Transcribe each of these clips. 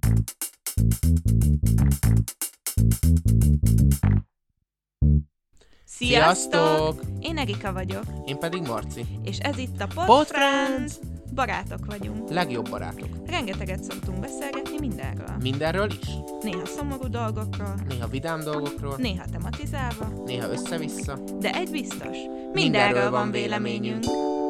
Sziasztok! Én Erika vagyok, Én pedig Marci. és ez itt a Pod Pod Friends! Friends. Barátok vagyunk. Legjobb barátok. Rengeteget szoktunk beszélgetni mindenről. Mindenről is. Néha szomorú dolgokról, Néha vidám dolgokról, néha tematizálva, néha össze-vissza. de egy biztos, mindenről van véleményünk.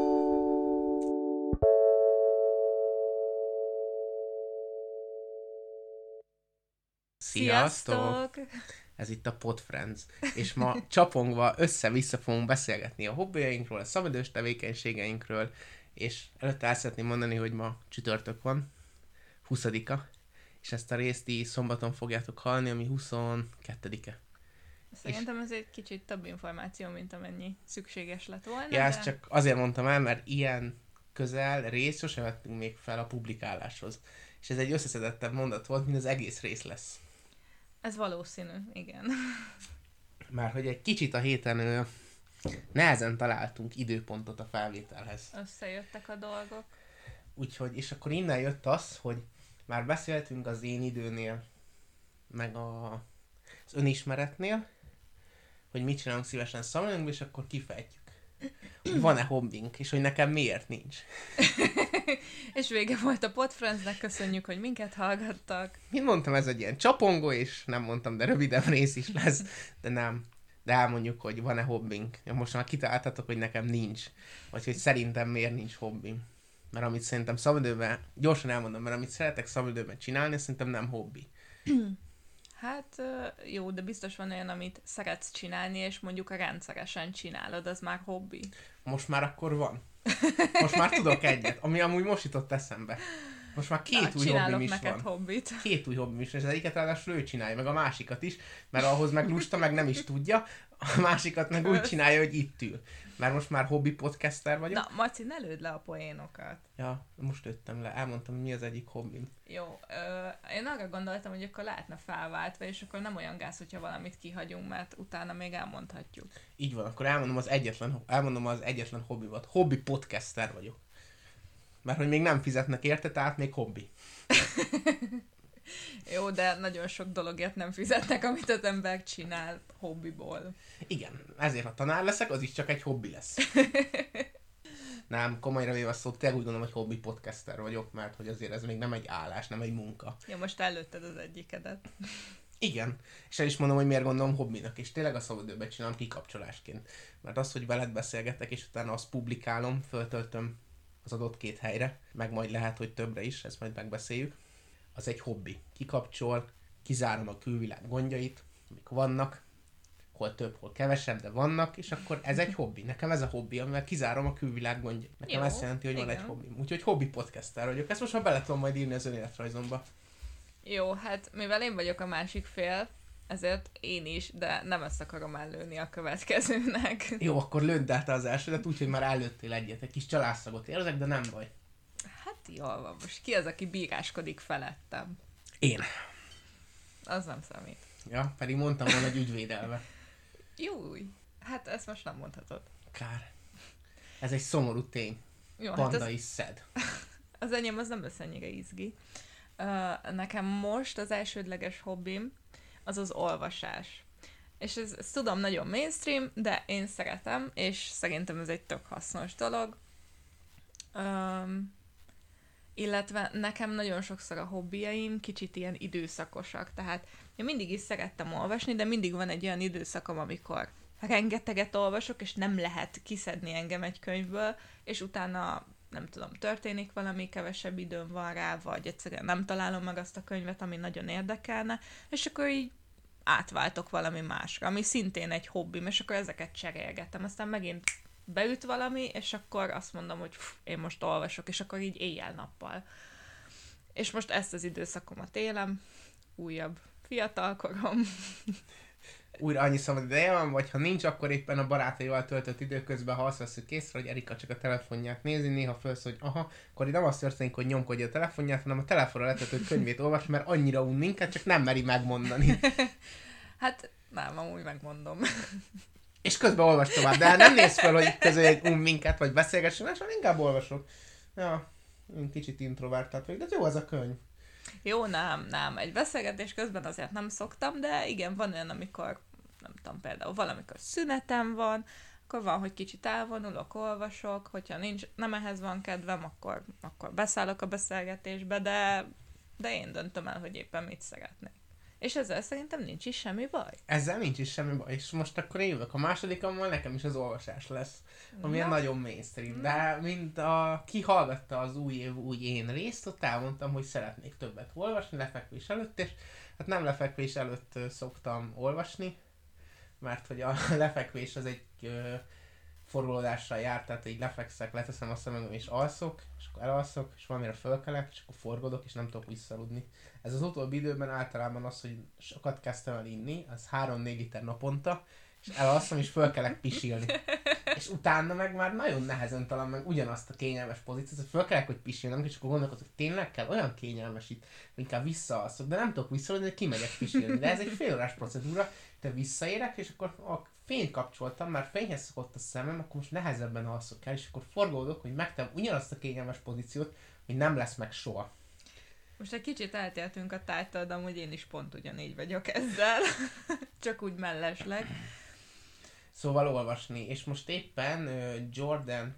Sziasztok! Ez itt a Pod Friends. És ma csapongva össze-vissza fogunk beszélgetni a hobbiainkról, a szabadidős tevékenységeinkről, és előtte el szeretném mondani, hogy ma csütörtök van, 20-a, és ezt a részt így szombaton fogjátok hallani, ami 22-e. Szerintem ez egy kicsit több információ, mint amennyi szükséges lett volna. Ja, ezt csak azért mondtam el, mert ilyen közel részt sosem vettünk még fel a publikáláshoz. És ez egy összeszedettebb mondat volt, mint az egész rész lesz. Ez valószínű, igen. Már hogy egy kicsit a héten nehezen találtunk időpontot a felvételhez. Összejöttek a dolgok. Úgyhogy, és akkor innen jött az, hogy már beszéltünk az én időnél, meg az önismeretnél, hogy mit csinálunk szívesen szabadidőnkben, és akkor kifejtjük. Hogy van-e hobbink, és hogy nekem miért nincs. És vége volt a Pod Friendsnek, köszönjük, hogy minket hallgattak. Mint mondtam, ez egy ilyen csapongó, és nem mondtam, de rövidebb rész is lesz, de nem. De elmondjuk, hogy van-e hobbink. Most már kitaláltatok, hogy nekem nincs. Vagy hogy szerintem miért nincs hobbim. Mert amit szerintem szabadidőben, gyorsan elmondom, mert amit szeretek szabadidőben csinálni, szerintem nem hobbi. Hát jó, de biztos van olyan, amit szeretsz csinálni, és mondjuk a rendszeresen csinálod, az már hobbi. Most már akkor van. Most már tudok egyet, ami amúgy most jutott eszembe. Most már két új hobbim is van. Hobbit. Két új hobbim is, és az egyiket ráadásul ő csinálja, meg a másikat is, mert ahhoz meg lusta, meg nem is tudja, a másikat meg úgy csinálja, hogy itt ül. Mert most már hobbi podcaster vagyok. Na, Marci, ne lőd le a poénokat. Ja, most lőttem le, elmondtam, hogy mi az egyik hobbim. Jó, én arra gondoltam, hogy akkor lehetne felváltva, és akkor nem olyan gáz, hogyha valamit kihagyunk, mert utána még elmondhatjuk. Így van, akkor elmondom az egyetlen hobbimat. Hobbi podcaster vagyok. Mert hogy még nem fizetnek érte, tehát még hobbi. Jó, de nagyon sok dologért nem fizetnek, amit az ember csinál hobbiból. Igen, ezért ha tanár leszek, az is csak egy hobbi lesz. Nem, komolyra véve szót, tényleg úgy gondolom, hogy hobbi podcaster vagyok, mert hogy azért ez még nem egy állás, nem egy munka. Ja, most előtted az egyikedet. Igen, és el is mondom, hogy miért gondolom hobbinak, és tényleg a szabadidőben csinálom kikapcsolásként. Mert az, hogy veled beszélgetek, és utána azt publikálom, föltöltöm az adott két helyre, meg majd lehet, hogy többre is, ezt majd megbeszéljük. Az egy hobbi. Kikapcsol, kizárom a külvilág gondjait, amik vannak, hol több, hol kevesebb, de vannak, és akkor ez egy hobbi. Nekem ez a hobbi, amivel kizárom a külvilág gondjait. Nekem jó, ezt jelenti, hogy igen. van egy hobbim. Úgyhogy hobbi podcaster vagyok. Ezt most már bele tudom majd írni az önéletrajzomba. Jó, hát mivel én vagyok a másik fél, ezért én is, de nem ezt akarom ellőni a következőnek. Jó, akkor lőd át az elsődet, úgyhogy már előttél egyet. Egy kis csalásszagot érzek, de nem baj. Hát jól van, most ki az, aki bíráskodik felettem? Én. Az nem számít. Ja, pedig mondtam volna, hogy ügyvédelve. Júj, hát ezt most nem mondhatod. Kár. Ez egy szomorú tény. Jó, Panda hát is szed. az enyém az nem lesz ennyire izgi. Nekem most az elsődleges hobbim az az olvasás. És ezt tudom, nagyon mainstream, de én szeretem, és szerintem ez egy tök hasznos dolog. Illetve nekem nagyon sokszor a hobbiaim kicsit ilyen időszakosak, tehát én mindig is szerettem olvasni, de mindig van egy olyan időszakom, amikor rengeteget olvasok, és nem lehet kiszedni engem egy könyvből, és utána nem tudom, történik valami, kevesebb időm van rá, vagy egyszerűen nem találom meg azt a könyvet, ami nagyon érdekelne, és akkor így átváltok valami másra, ami szintén egy hobbim, és akkor ezeket cserélgetem. Aztán megint beüt valami, és akkor azt mondom, hogy én most olvasok, és akkor így éjjel-nappal. És most ezt az időszakomat élem, újabb fiatalkorom. Újra annyi szabad ideje van, vagy ha nincs, akkor éppen a barátaival töltött időközben, ha azt veszük észre, hogy Erika csak a telefonját nézi, néha fölszól, hogy aha, akkor nem azt történik, hogy nyomkodja a telefonját, hanem a telefonra letöltött könyvét olvas, mert annyira un minket, csak nem meri megmondani. Hát nem, amúgy megmondom. És közben olvas tovább, de nem néz fel, hogy közben un minket, vagy beszélgessünk, és inkább olvasok. Ja, én kicsit introvertált vagyok, de jó az a könyv. Jó, nem. Egy beszélgetés közben azért nem szoktam, de igen, van olyan, amikor, nem tudom, például valamikor szünetem van, akkor van, hogy kicsit elvonulok, olvasok, hogyha nem ehhez van kedvem, akkor beszállok a beszélgetésbe, de én döntöm el, hogy éppen mit szeretnék. És ezzel szerintem nincs is semmi baj. Ezzel nincs is semmi baj, és most akkor én jövök. A másodikammal nekem is az olvasás lesz, ami ilyen nagyon mainstream. De mint ki hallgatta az új év új én részt, ott elmondtam, hogy szeretnék többet olvasni lefekvés előtt, és hát nem lefekvés előtt szoktam olvasni, mert hogy a lefekvés az egy forgolódással jár, tehát így lefekszek, leteszem a szemem és alszok, és akkor elalszok, és valamire fölkelek, és akkor forgodok, és nem tudok visszaludni. Ez az utóbbi időben általában az, hogy sokat kezdtem el inni, az 3-4 liter naponta, és elalszom, és fölkelek pisilni. És utána meg már nagyon nehezen talán meg ugyanazt a kényelmes pozíciót, hogy fölkelek, hogy pisilnem, és akkor gondolkodok, hogy tényleg kell olyan kényelmes itt, inkább visszaalszok, de nem tudok visszaludni, hogy kimegyek pisilni. De ez egy fél órás procedúra, te visszaérek, és akkor fényt kapcsoltam, már fényhez szokott a szemem, akkor most nehezebben alszok el, és akkor forgódok, hogy megtem ugyanazt a kényelmes pozíciót, hogy nem lesz meg soha. Most egy kicsit eltértünk a tájtól, de amúgy én is pont ugyanígy vagyok ezzel. Csak úgy mellesleg. Szóval olvasni, és most éppen Jordan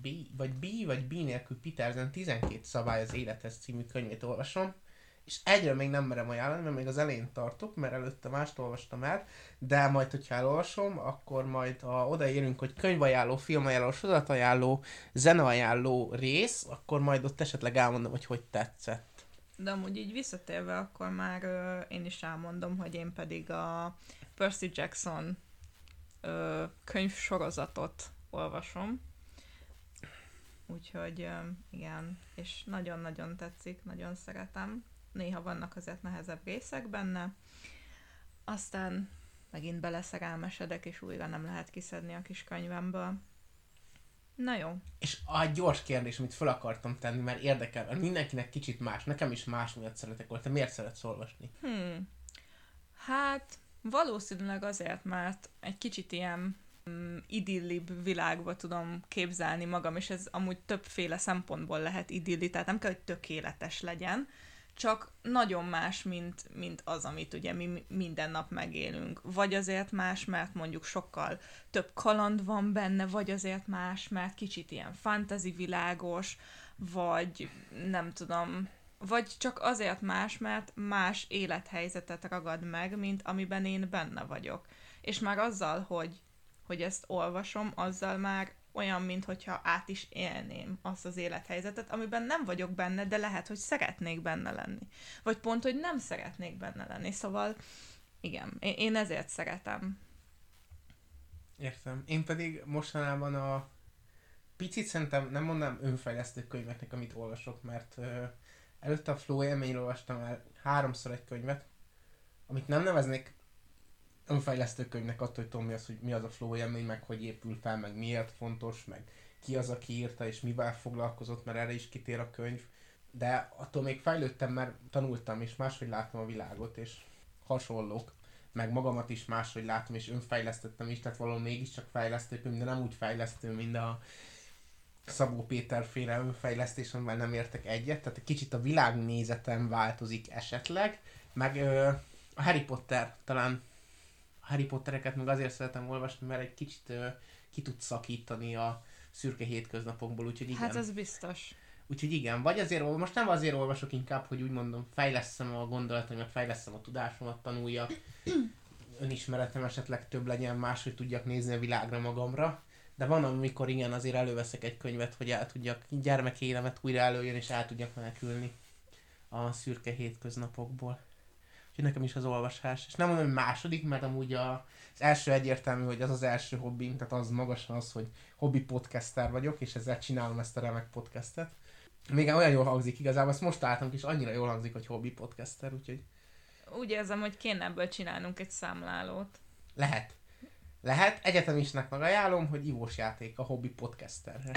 B nélkül Peterson 12 szabály az élethez című könyvét olvasom, és egyre még nem merem ajánlani, mert még az elején tartok, mert előtte mást olvastam el, de majd, hogyha elolvasom, akkor majd, ha odaérünk, hogy könyvajánló, filmajánló, sorozatajánló, zeneajánló rész, akkor majd ott esetleg elmondom, hogy tetszett. De amúgy így visszatérve, akkor már én is elmondom, hogy én pedig a Percy Jackson könyvsorozatot olvasom. Úgyhogy igen, és nagyon-nagyon tetszik, nagyon szeretem. Néha vannak azért nehezebb részek benne. Aztán megint beleszerelmesedek, és újra nem lehet kiszedni a kis könyvemből. Na jó. És a gyors kérdés, amit fel akartam tenni, mert érdekel, mert mindenkinek kicsit más. Nekem is más miatt szeretek volna. Te miért szeretsz olvasni? Hát valószínűleg azért, mert egy kicsit ilyen idillibb világba tudom képzelni magam, és ez amúgy többféle szempontból lehet idilli, tehát nem kell, hogy tökéletes legyen, csak nagyon más, mint az, amit ugye mi minden nap megélünk. Vagy azért más, mert mondjuk sokkal több kaland van benne, vagy azért más, mert kicsit ilyen fantasy világos, vagy nem tudom, vagy csak azért más, mert más élethelyzetet ragad meg, mint amiben én benne vagyok. És már azzal, hogy ezt olvasom, azzal már olyan, minthogyha át is élném azt az élethelyzetet, amiben nem vagyok benne, de lehet, hogy szeretnék benne lenni. Vagy pont, hogy nem szeretnék benne lenni. Szóval igen, én ezért szeretem. Értem. Én pedig mostanában a picit szerintem nem mondanám önfejlesztő könyveknek, amit olvasok, mert előtte a Flow élményről olvastam el 3-szor egy könyvet, amit nem neveznék önfejlesztő könyvnek, attól, hogy tudom mi az a Flow élmény, meg hogy épül fel, meg miért fontos, meg ki az, aki írta, és mivel foglalkozott, mert erre is kitér a könyv. De attól még fejlődtem, mert tanultam, és máshogy látom a világot, és hasonlók. Meg magamat is máshogy látom, és önfejlesztettem is, tehát valahol mégiscsak fejlesztő könyv, de nem úgy fejlesztő, mint a Szabó Péter féle önfejlesztés, amivel nem értek egyet, tehát egy kicsit a világnézetem változik esetleg, meg a Harry Potter, talán a Harry Pottereket meg azért szeretem olvasni, mert egy kicsit ki tud szakítani a szürke hétköznapokból, úgyhogy igen. Hát az biztos. Úgyhogy igen, vagy azért, most nem azért olvasok inkább, hogy úgy mondom, fejlesszem a gondolataimat, fejlesszem a tudásomat, tanuljak, önismeretem esetleg több legyen, máshogy tudjak nézni a világra magamra, de van, amikor igen, azért előveszek egy könyvet, hogy el tudjak gyermeki élemet újra előjön, és el tudjak menekülni a szürke hétköznapokból. Úgyhogy nekem is az olvasás. És nem mondom, hogy második, mert amúgy az első egyértelmű, hogy az az első hobbim, tehát az magasan az, hogy hobbi podcaster vagyok, és ezzel csinálom ezt a remek podcastet. Még olyan jól hangzik igazából, ezt most találtam is, annyira jól hangzik, hogy hobbi podcaster, úgyhogy... Úgy érzem, hogy kéne ebből csinálnunk egy számlálót. Lehet. Egyetemisnek meg ajánlom, hogy ivós játék a hobbi podcasterre.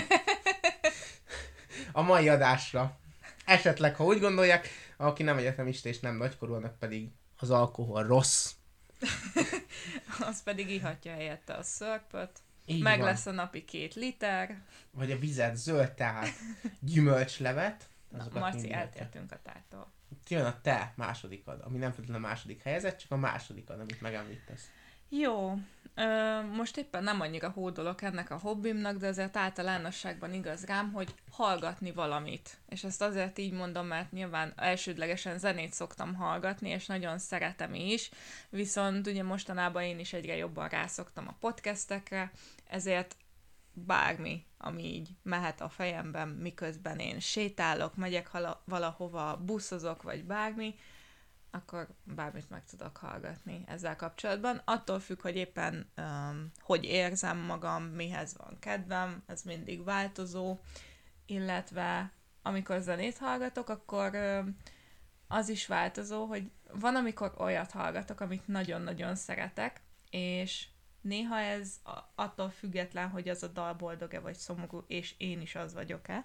A mai adásra. Esetleg, ha úgy gondolják, aki nem egyetemista és nem nagykorú, annak pedig az alkohol rossz. Az pedig ihatja helyette a szörpöt. Így meg van. lesz a napi 2 liter. Vagy a vizet, zöld teát, gyümölcslevet. Marci, eltértünk a tártól. Jön a te másodikad, ami nem feltétlenül a második helyezett, csak a másodikad, amit megemlítesz. Jó. Most éppen nem annyira hódolok ennek a hobbimnak, de azért általánosságban igaz rám, hogy hallgatni valamit. És ezt azért így mondom, mert nyilván elsődlegesen zenét szoktam hallgatni, és nagyon szeretem is, viszont ugye mostanában én is egyre jobban rászoktam a podcastekre, ezért bármi, ami így mehet a fejemben, miközben én sétálok, megyek valahova, buszozok, vagy bármi, akkor bármit meg tudok hallgatni ezzel kapcsolatban. Attól függ, hogy éppen hogy érzem magam, mihez van kedvem, ez mindig változó, illetve amikor zenét hallgatok, akkor az is változó, hogy van, amikor olyat hallgatok, amit nagyon-nagyon szeretek, és néha ez attól független, hogy az a dal boldog-e vagy szomorú, és én is az vagyok-e.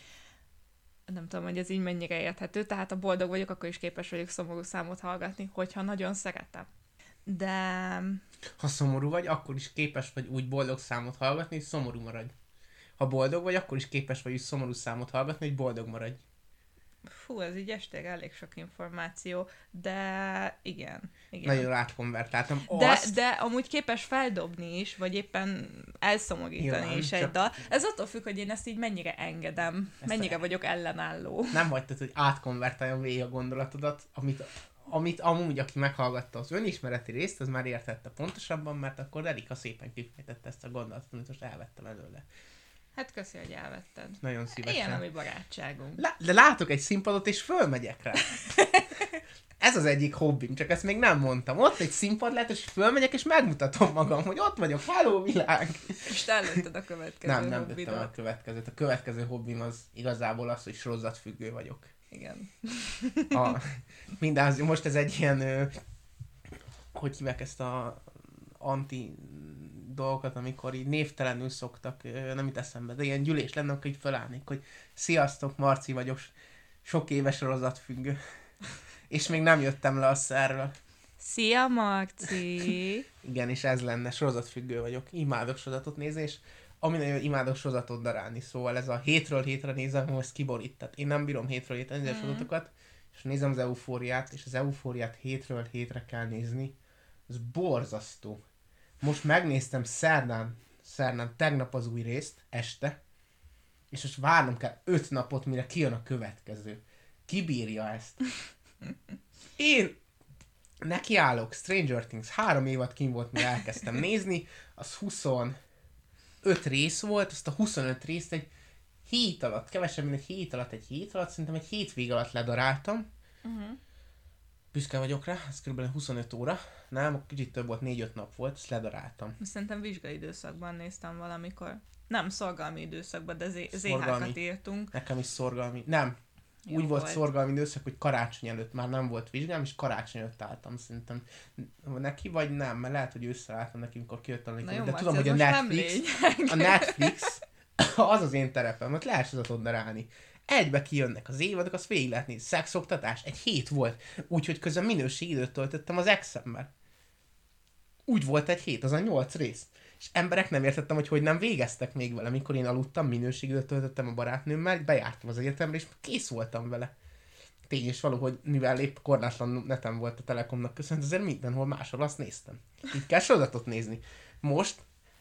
Nem tudom, hogy ez így mennyire érthető, tehát ha boldog vagyok, akkor is képes vagyok szomorú számot hallgatni, hogyha nagyon szeretem. De... Ha szomorú vagy, akkor is képes vagy úgy boldog számot hallgatni, hogy szomorú maradj. Ha boldog vagy, akkor is képes vagy úgy szomorú számot hallgatni, hogy boldog maradj. Fú, ez így estére elég sok információ, de igen. Nagyon átkonvertáltam. De amúgy képes feldobni is, vagy éppen elszomorítani is egy dal. Ez attól függ, hogy én ezt így mennyire engedem, mennyire vagyok ellenálló. Nem hagytad, hogy átkonvertáljam végig a gondolatodat, amit amúgy, aki meghallgatta az önismereti részt, az már értette pontosabban, mert akkor Erika szépen kifejtette ezt a gondolatot, amit most elvettem előle. Hát köszi, hogy elvetted. Nagyon szívesen. Ilyen a mi barátságunk. De látok egy színpadot, és fölmegyek rá. Ez az egyik hobbim, csak ezt még nem mondtam. Ott egy színpad lehet, és fölmegyek, és megmutatom magam, hogy ott vagyok, hello világ! És te előtted a következő Nem vettem a következőt. A következő hobbim az igazából az, hogy sorozatfüggő vagyok. Igen. Most ez egy ilyen, hogy hívják ezt a anti dolgokat, amikor így névtelenül szoktak, nem jut eszembe, de ilyen gyűlés lenne, akkor így felállnék, hogy sziasztok, Marci vagyok, sok éves sorozatfüggő. És még nem jöttem le a szerről. Szia, Marci! Igen, és ez lenne, sorozatfüggő vagyok. Imádok sorozatot nézni, és ami nagyon imádok sorozatot darálni. Szóval ez a hétről hétre nézem, hogy ezt kiborít. Tehát én nem bírom hétről hétre nézni a sorozatokat, és nézem az Eufóriát, és az Eufóriát hétről hétre kell nézni. Ez borzasztó. Most megnéztem szerdán tegnap az új részt, este, és most várnom kell 5 napot, mire kijön a következő. Ki bírja ezt? Én nekiállok, Stranger Things, 3 évad kint volt, mire elkezdtem nézni, az 25 rész volt, azt a 25 részt egy hét alatt, kevesebb, mint egy hét alatt, szerintem egy hétvég alatt ledaráltam. Büszke vagyok rá, ez kb. 25 óra. Nem, kicsit több volt, 4-5 nap volt, ezt ledaráltam. Szerintem vizsgai időszakban néztem valamikor. Nem, szorgalmi időszakban, de ZH-kat írtunk. Nekem is szorgalmi. Nem. Jó úgy volt szorgalmi időszak, hogy karácsony előtt már nem volt vizsgám, és karácsony előtt álltam szerintem neki, vagy nem, mert lehet, hogy ősszel álltam neki, amikor kijött a de tudom, hogy a Netflix az az én terepem, mert lehet sorozatot darálni. Egybe kijönnek az évadok, azt végig lehet nézni. Szexoktatás, egy hét volt, úgyhogy közben minőségidőt töltöttem az exemmel. Úgy volt egy hét, az a 8 rész. És emberek nem értettem, hogy nem végeztek még vele, mikor én aludtam, minőségidőt töltöttem a barátnőmmel, bejártam az egyetemre, és kész voltam vele. Tény és való, hogy mivel épp korlátlan netem volt a Telekomnak köszönhet, azért mindenhol máshol azt néztem. Így kell sorozatot nézni. Most,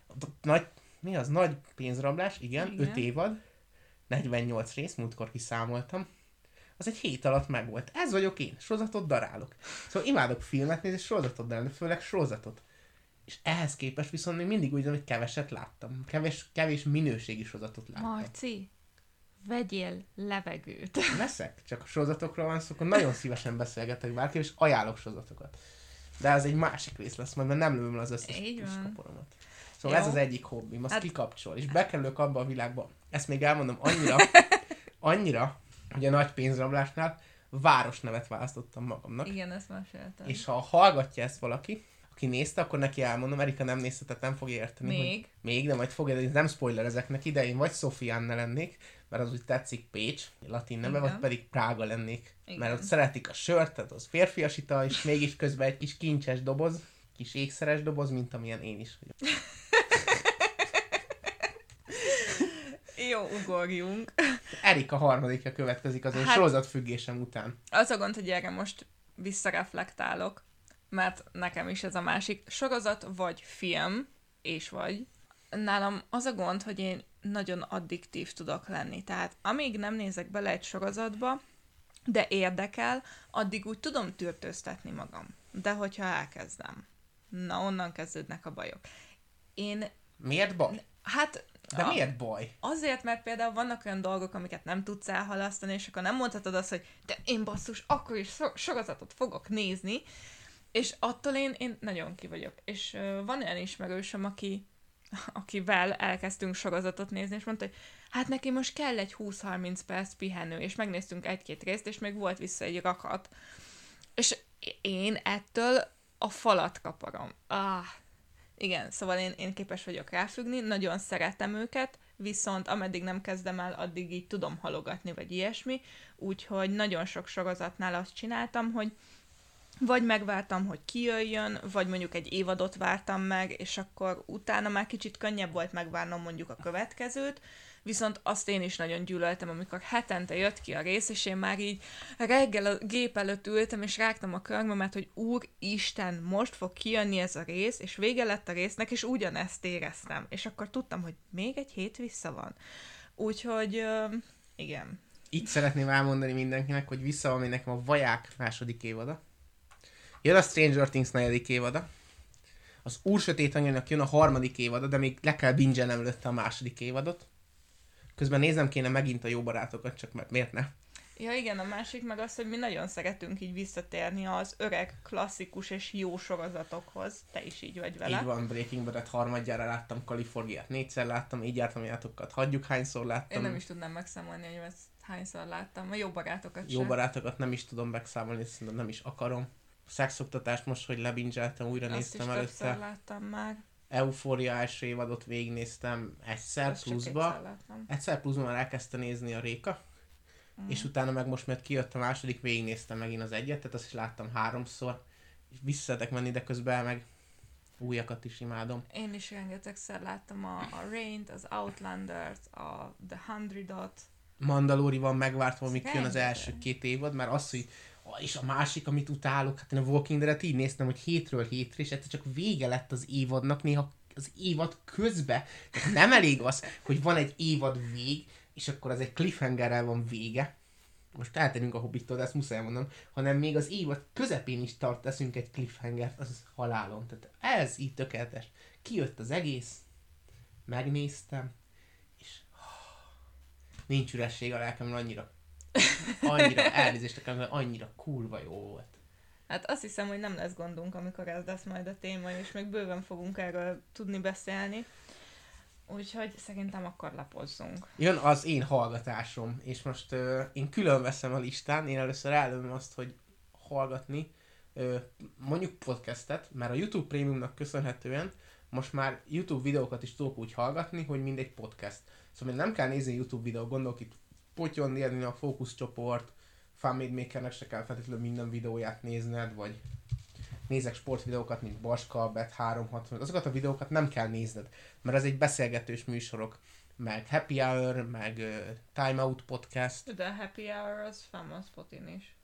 nagy pénzrablás, igen, 5 évad, 48 rész, múltkor kiszámoltam, az egy hét alatt megvolt. Ez vagyok én, sorozatot darálok. Szóval imádok filmet nézni, sorozatot darálni, főleg sorozatot. És ehhez képest viszont még mindig úgy, hogy keveset láttam. Kevés minőségi sorozatot láttam. Marci, vegyél levegőt. Veszek, csak a sorozatokról van szó, akkor nagyon szívesen beszélgetek bárki, és ajánlok sorozatokat. De ez egy másik rész lesz majd, mert nem lövöm le az összes kiskaporomat. Szóval jó. Ez az egyik hobbim, azt kikapcsol, és bekerülök abba a világba. Ezt még elmondom annyira, hogy a nagy pénzrablásnál városnevet választottam magamnak. Igen, ezt meséltem. És ha hallgatja ezt valaki, aki nézte, akkor neki elmondom, Erika nem nézte, tehát nem fogja érteni. Még, de majd fogja, de nem spoilerezek neki, de én vagy Sofiánne lennék, mert az úgy tetszik Pécs, latin neve, vagy pedig Prága lennék. Igen. Mert ott szeretik a sört, tehát az férfias ital, és mégis közben egy kis kincses doboz, kis ékszeres doboz, mint amilyen én is vagyok. Jó, Jó, ugorjunk. Erika harmadikja következik az én sorozatfüggésem után. Az a gond, hogy erre most visszareflektálok, mert nekem is ez a másik sorozat vagy film, vagy. Nálam az a gond, hogy én nagyon addiktív tudok lenni. Tehát amíg nem nézek bele egy sorozatba, de érdekel, addig úgy tudom tűrtőztetni magam. De hogyha elkezdem, na onnan kezdődnek a bajok. Miért baj? Hát... De miért baj? Azért, mert például vannak olyan dolgok, amiket nem tudsz elhalasztani, és akkor nem mondhatod azt, hogy de én basszus, akkor is sorozatot fogok nézni, és attól én nagyon ki vagyok. És van olyan ismerősöm, akivel elkezdtünk sorozatot nézni, és mondta, hogy hát neki most kell egy 20-30 perc pihenő, és megnéztünk egy-két részt, és még volt vissza egy rakat. És én ettől a falat kaparom. Igen, szóval én képes vagyok ráfüggni, nagyon szeretem őket, viszont ameddig nem kezdem el, addig így tudom halogatni, vagy ilyesmi, úgyhogy nagyon sok sorozatnál azt csináltam, hogy vagy megvártam, hogy kijöjjön, vagy mondjuk egy évadot vártam meg, és akkor utána már kicsit könnyebb volt megvárnom mondjuk a következőt, viszont azt én is nagyon gyűlöltem, amikor hetente jött ki a rész, és én már így reggel a gép előtt ültem, és rágtam a körmömet, hogy úristen, most fog kijönni ez a rész, és vége lett a résznek, és ugyanezt éreztem. És akkor tudtam, hogy még egy hét vissza van. Úgyhogy, igen. Itt szeretném elmondani mindenkinek, hogy vissza van még nekem a Vaják második évada. Jön a Stranger Things 4. évada. Az Úrsötét anyjának jön a 3. évada, de még le kell binge-elnem előtte a 2. évadot. Közben néznem kéne megint a Jó barátokat, csak mert miért ne? Ja igen, a másik meg az, hogy mi nagyon szeretünk így visszatérni az öreg, klasszikus és jó sorozatokhoz. Te is így vagy vele. Így van, Breaking Bad-et harmadjára láttam, Kaliforniát 4-szer láttam, így jártam játokat, hagyjuk hányszor láttam. Én nem is tudnám megszámolni, hogy ezt hányszor láttam. A Jó barátokat Jó barátokat nem is tudom megszámolni, szerintem nem is akarom. Szexoktatást most, hogy lebingeltem, újra azt néztem is előtte. többször láttam már. Euphoria első évadot végignéztem egyszer pluszba. Egyszer pluszban már elkezdte nézni a Réka. És utána meg most, mert kijött a második, végignéztem megint az egyet, tehát azt is láttam 3-szor. És vissza szeretek menni, de közben meg újakat is imádom. Én is rengetegszer láttam a Rain-t, az Outlanders, a The 100-ot. Mandalorian megvártam, amíg jön az első 2 évad, mert az, hogy és a másik, amit utálok, hát én a Walking Dead-et így néztem, hogy hétről hétre, és egyszer csak vége lett az évadnak, néha az évad közbe. Tehát nem elég az, hogy van egy évad vég, és akkor az egy cliffhangerrel van vége. Most eltérünk a Hobbittól, de ezt muszáj mondanom, hanem még az évad közepén is teszünk egy cliffhangert, az halálom. Tehát ez így tökéletes. Kijött az egész, megnéztem, és nincs üresség a lelkemben annyira elnézést nekem, annyira kurva jó volt. Hát azt hiszem, hogy nem lesz gondunk, amikor ez lesz majd a téma, és még bőven fogunk erről tudni beszélni. Úgyhogy szerintem akkor lapozzunk. Jön az én hallgatásom, és most én külön veszem a listán, én először előm azt, hogy hallgatni mondjuk podcastet, mert a YouTube Premiumnak köszönhetően most már YouTube videókat is tudok úgy hallgatni, hogy mindegy podcast. Szóval nem kell nézni YouTube videót, gondolok itt Potyon érni a fókuszcsoport, Funmade Makernek se kell feltétlenül minden videóját nézned, vagy nézek sportvideókat, mint Baska, Bet 360, azokat a videókat nem kell nézned, mert ez egy beszélgetős műsorok, meg Happy Hour, meg Time Out Podcast. De a Happy Hour az fenn van Spotin is.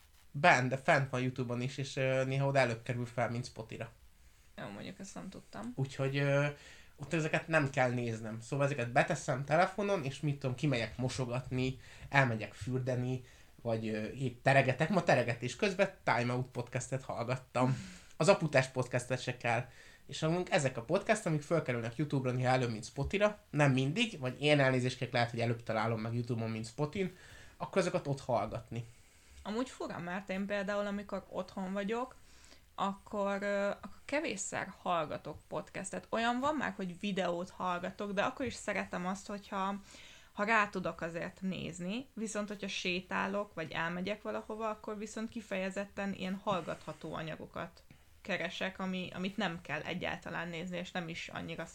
De fent van YouTube-on is, és néha oda előbb kerül fel, mint Spotira. Jó, mondjuk ezt nem tudtam. Úgyhogy ott ezeket nem kell néznem. Szóval ezeket beteszem telefonon, és mit tudom, kimegyek mosogatni, elmegyek fürdeni, vagy épp teregetek. Ma teregetés közben Time Out podcastet hallgattam. Az Aputás podcastet se kell. És amúgy ezek a podcast, amik felkerülnek YouTube-ra, néha előbb, mint Spotira, nem mindig, vagy én elnézést lehet, hogy előbb találom meg YouTube-on, mint Spotin, akkor azokat ott hallgatni. Amúgy fura, mert én például, amikor otthon vagyok, akkor kevésszer hallgatok podcastet. Olyan van már, hogy videót hallgatok, de akkor is szeretem azt, hogyha rá tudok azért nézni, viszont hogyha sétálok, vagy elmegyek valahova, akkor viszont kifejezetten ilyen hallgatható anyagokat keresek, amit nem kell egyáltalán nézni, és nem is annyira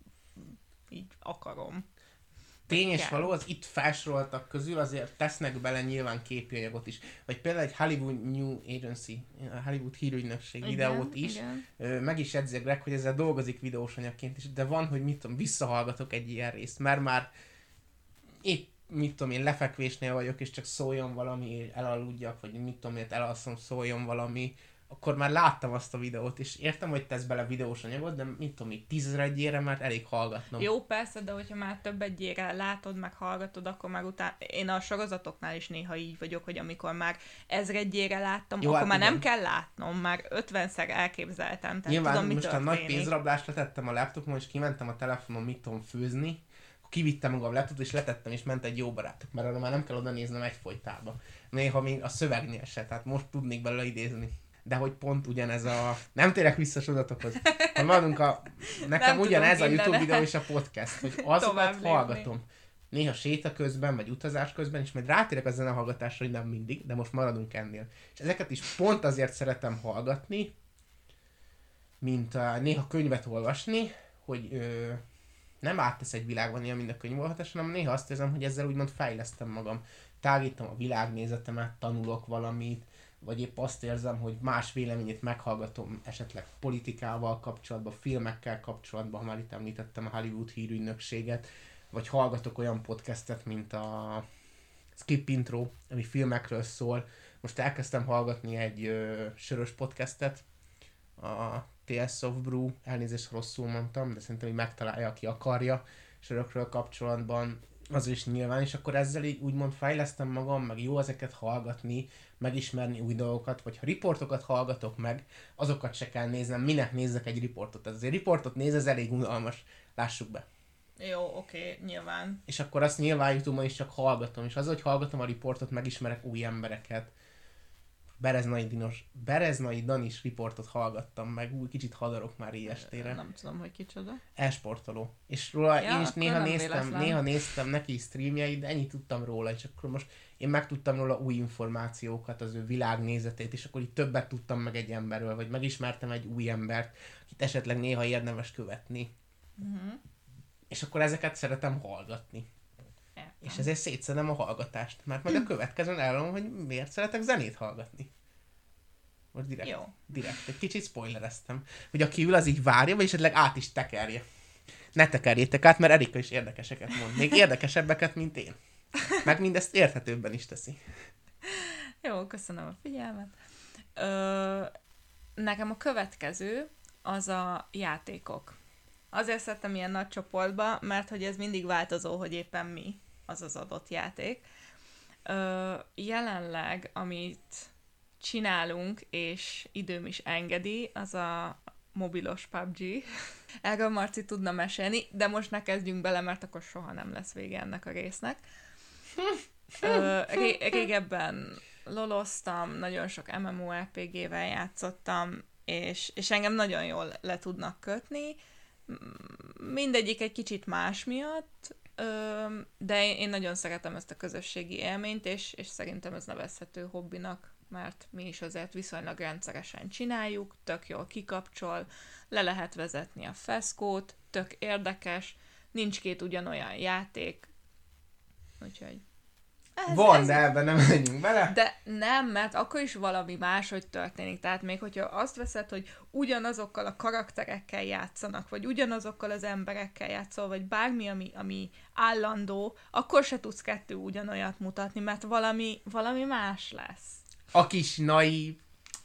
így akarom. Tény és való, az itt felsoroltak közül azért tesznek bele nyilván képi anyagot is. Vagy például egy Hollywood New Agency, a Hollywood hírügynökség videót is. Igen. Meg is jegyzi Greg, hogy ezzel dolgozik videós anyagként is, de van, hogy mit tudom, visszahallgatok egy ilyen részt, mert már épp, mit tudom én, lefekvésnél vagyok, és csak szóljon valami, elaludjak, vagy mit tudom én, elalszom, szóljon valami, akkor már láttam azt a videót, és értem, hogy tesz bele videós anyagot, de mit tudom én, 10.000-ére már elég hallgatnom. Jó, persze, de hogyha már több egyére látod, meg hallgatod, akkor már utána... Én a sorozatoknál is néha így vagyok, hogy amikor már 1000-ére láttam, jó, akkor hát már igen. Nem kell látnom, már 50-szer elképzeltem, tehát nyilván tudom, mi most történik. a nagy pénzrablásra tettem a laptopon, és kimentem a telefonon, mit tudom főzni, kivittem magam a laptopot, és letettem, és ment egy jó barátok, mert arra már nem kell oda néznem egyfolytában. Néha még a szövegnél se, tehát most tudnék belőle idézni. De hogy pont ugyanez a... Nem térek vissza sorozatokhoz. Nekem ugyanez a YouTube videó és a podcast, hogy azokat hallgatom. Néha séta közben, vagy utazás közben, és majd rátérek a zenehallgatásra, hogy nem mindig, de most maradunk ennél. És ezeket is pont azért szeretem hallgatni, mint néha könyvet olvasni, hogy nem áttesz egy világban néha mind a könyvolvatás, hanem néha azt érzem, hogy ezzel úgymond fejlesztem magam. Tágítom a világnézetemet, tanulok valamit, vagy épp azt érzem, hogy más véleményét meghallgatom esetleg politikával kapcsolatban, filmekkel kapcsolatban, ha már itt említettem a Hollywood hírügynökséget, vagy hallgatok olyan podcastet, mint a Skip Intro, ami filmekről szól. Most elkezdtem hallgatni egy sörös podcastet, a Tales of Brew, elnézést rosszul mondtam, de szerintem, hogy megtalálja, aki akarja sörökről kapcsolatban, az is nyilván, és akkor ezzel így úgymond fejlesztem magam, meg jó ezeket hallgatni, megismerni új dolgokat, vagy ha riportokat hallgatok meg, azokat se kell néznem, minek nézzek egy riportot. Ez azért riportot néz, ez elég unalmas, lássuk be. Jó, oké, nyilván. És akkor azt nyilván YouTube-on is csak hallgatom, és az, hogy hallgatom a riportot, megismerek új embereket. Bereznai Danis riportot hallgattam meg, úgy kicsit hadarok már így estére. Nem tudom, hogy kicsoda. E-sportoló. És róla én is néha néztem neki streamjeit, de ennyit tudtam róla, és akkor most én megtudtam róla új információkat, az ő világnézetét, és akkor így többet tudtam meg egy emberről, vagy megismertem egy új embert, akit esetleg néha érdemes követni. Uh-huh. És akkor ezeket szeretem hallgatni. És ezért szétszedem a hallgatást, mert majd a következőn elmondom, hogy miért szeretek zenét hallgatni. Most direkt. Egy kicsit spoilereztem. Hogy aki ül, az így várja, vagy esetleg át is tekerje. Ne tekerjétek át, mert Erika is érdekeseket mond. Még érdekesebbeket, mint én. Meg mindezt érthetőbben is teszi. Jó, köszönöm a figyelmet. Nekem a következő az a játékok. Azért szedtem ilyen nagy csoportba, mert hogy ez mindig változó, hogy éppen mi az az adott játék. Jelenleg, amit csinálunk, és időm is engedi, az a mobilos PUBG. Erről Marci tudna mesélni, de most ne kezdjünk bele, mert akkor soha nem lesz vége ennek a résznek. Régebben loloztam, nagyon sok MMORPG-vel játszottam, és engem nagyon jól le tudnak kötni. Mindegyik egy kicsit más miatt, de én nagyon szeretem ezt a közösségi élményt, és szerintem ez nevezhető hobbinak, mert mi is azért viszonylag rendszeresen csináljuk, tök jól kikapcsol, le lehet vezetni a feszkót, tök érdekes, nincs két ugyanolyan játék, úgyhogy... De ebben nem menjünk bele. De nem, mert akkor is valami máshogy történik. Tehát még hogyha azt veszed, hogy ugyanazokkal a karakterekkel játszanak, vagy ugyanazokkal az emberekkel játszol, vagy bármi, ami állandó, akkor se tudsz kettő ugyanolyat mutatni, mert valami más lesz. A kis naív.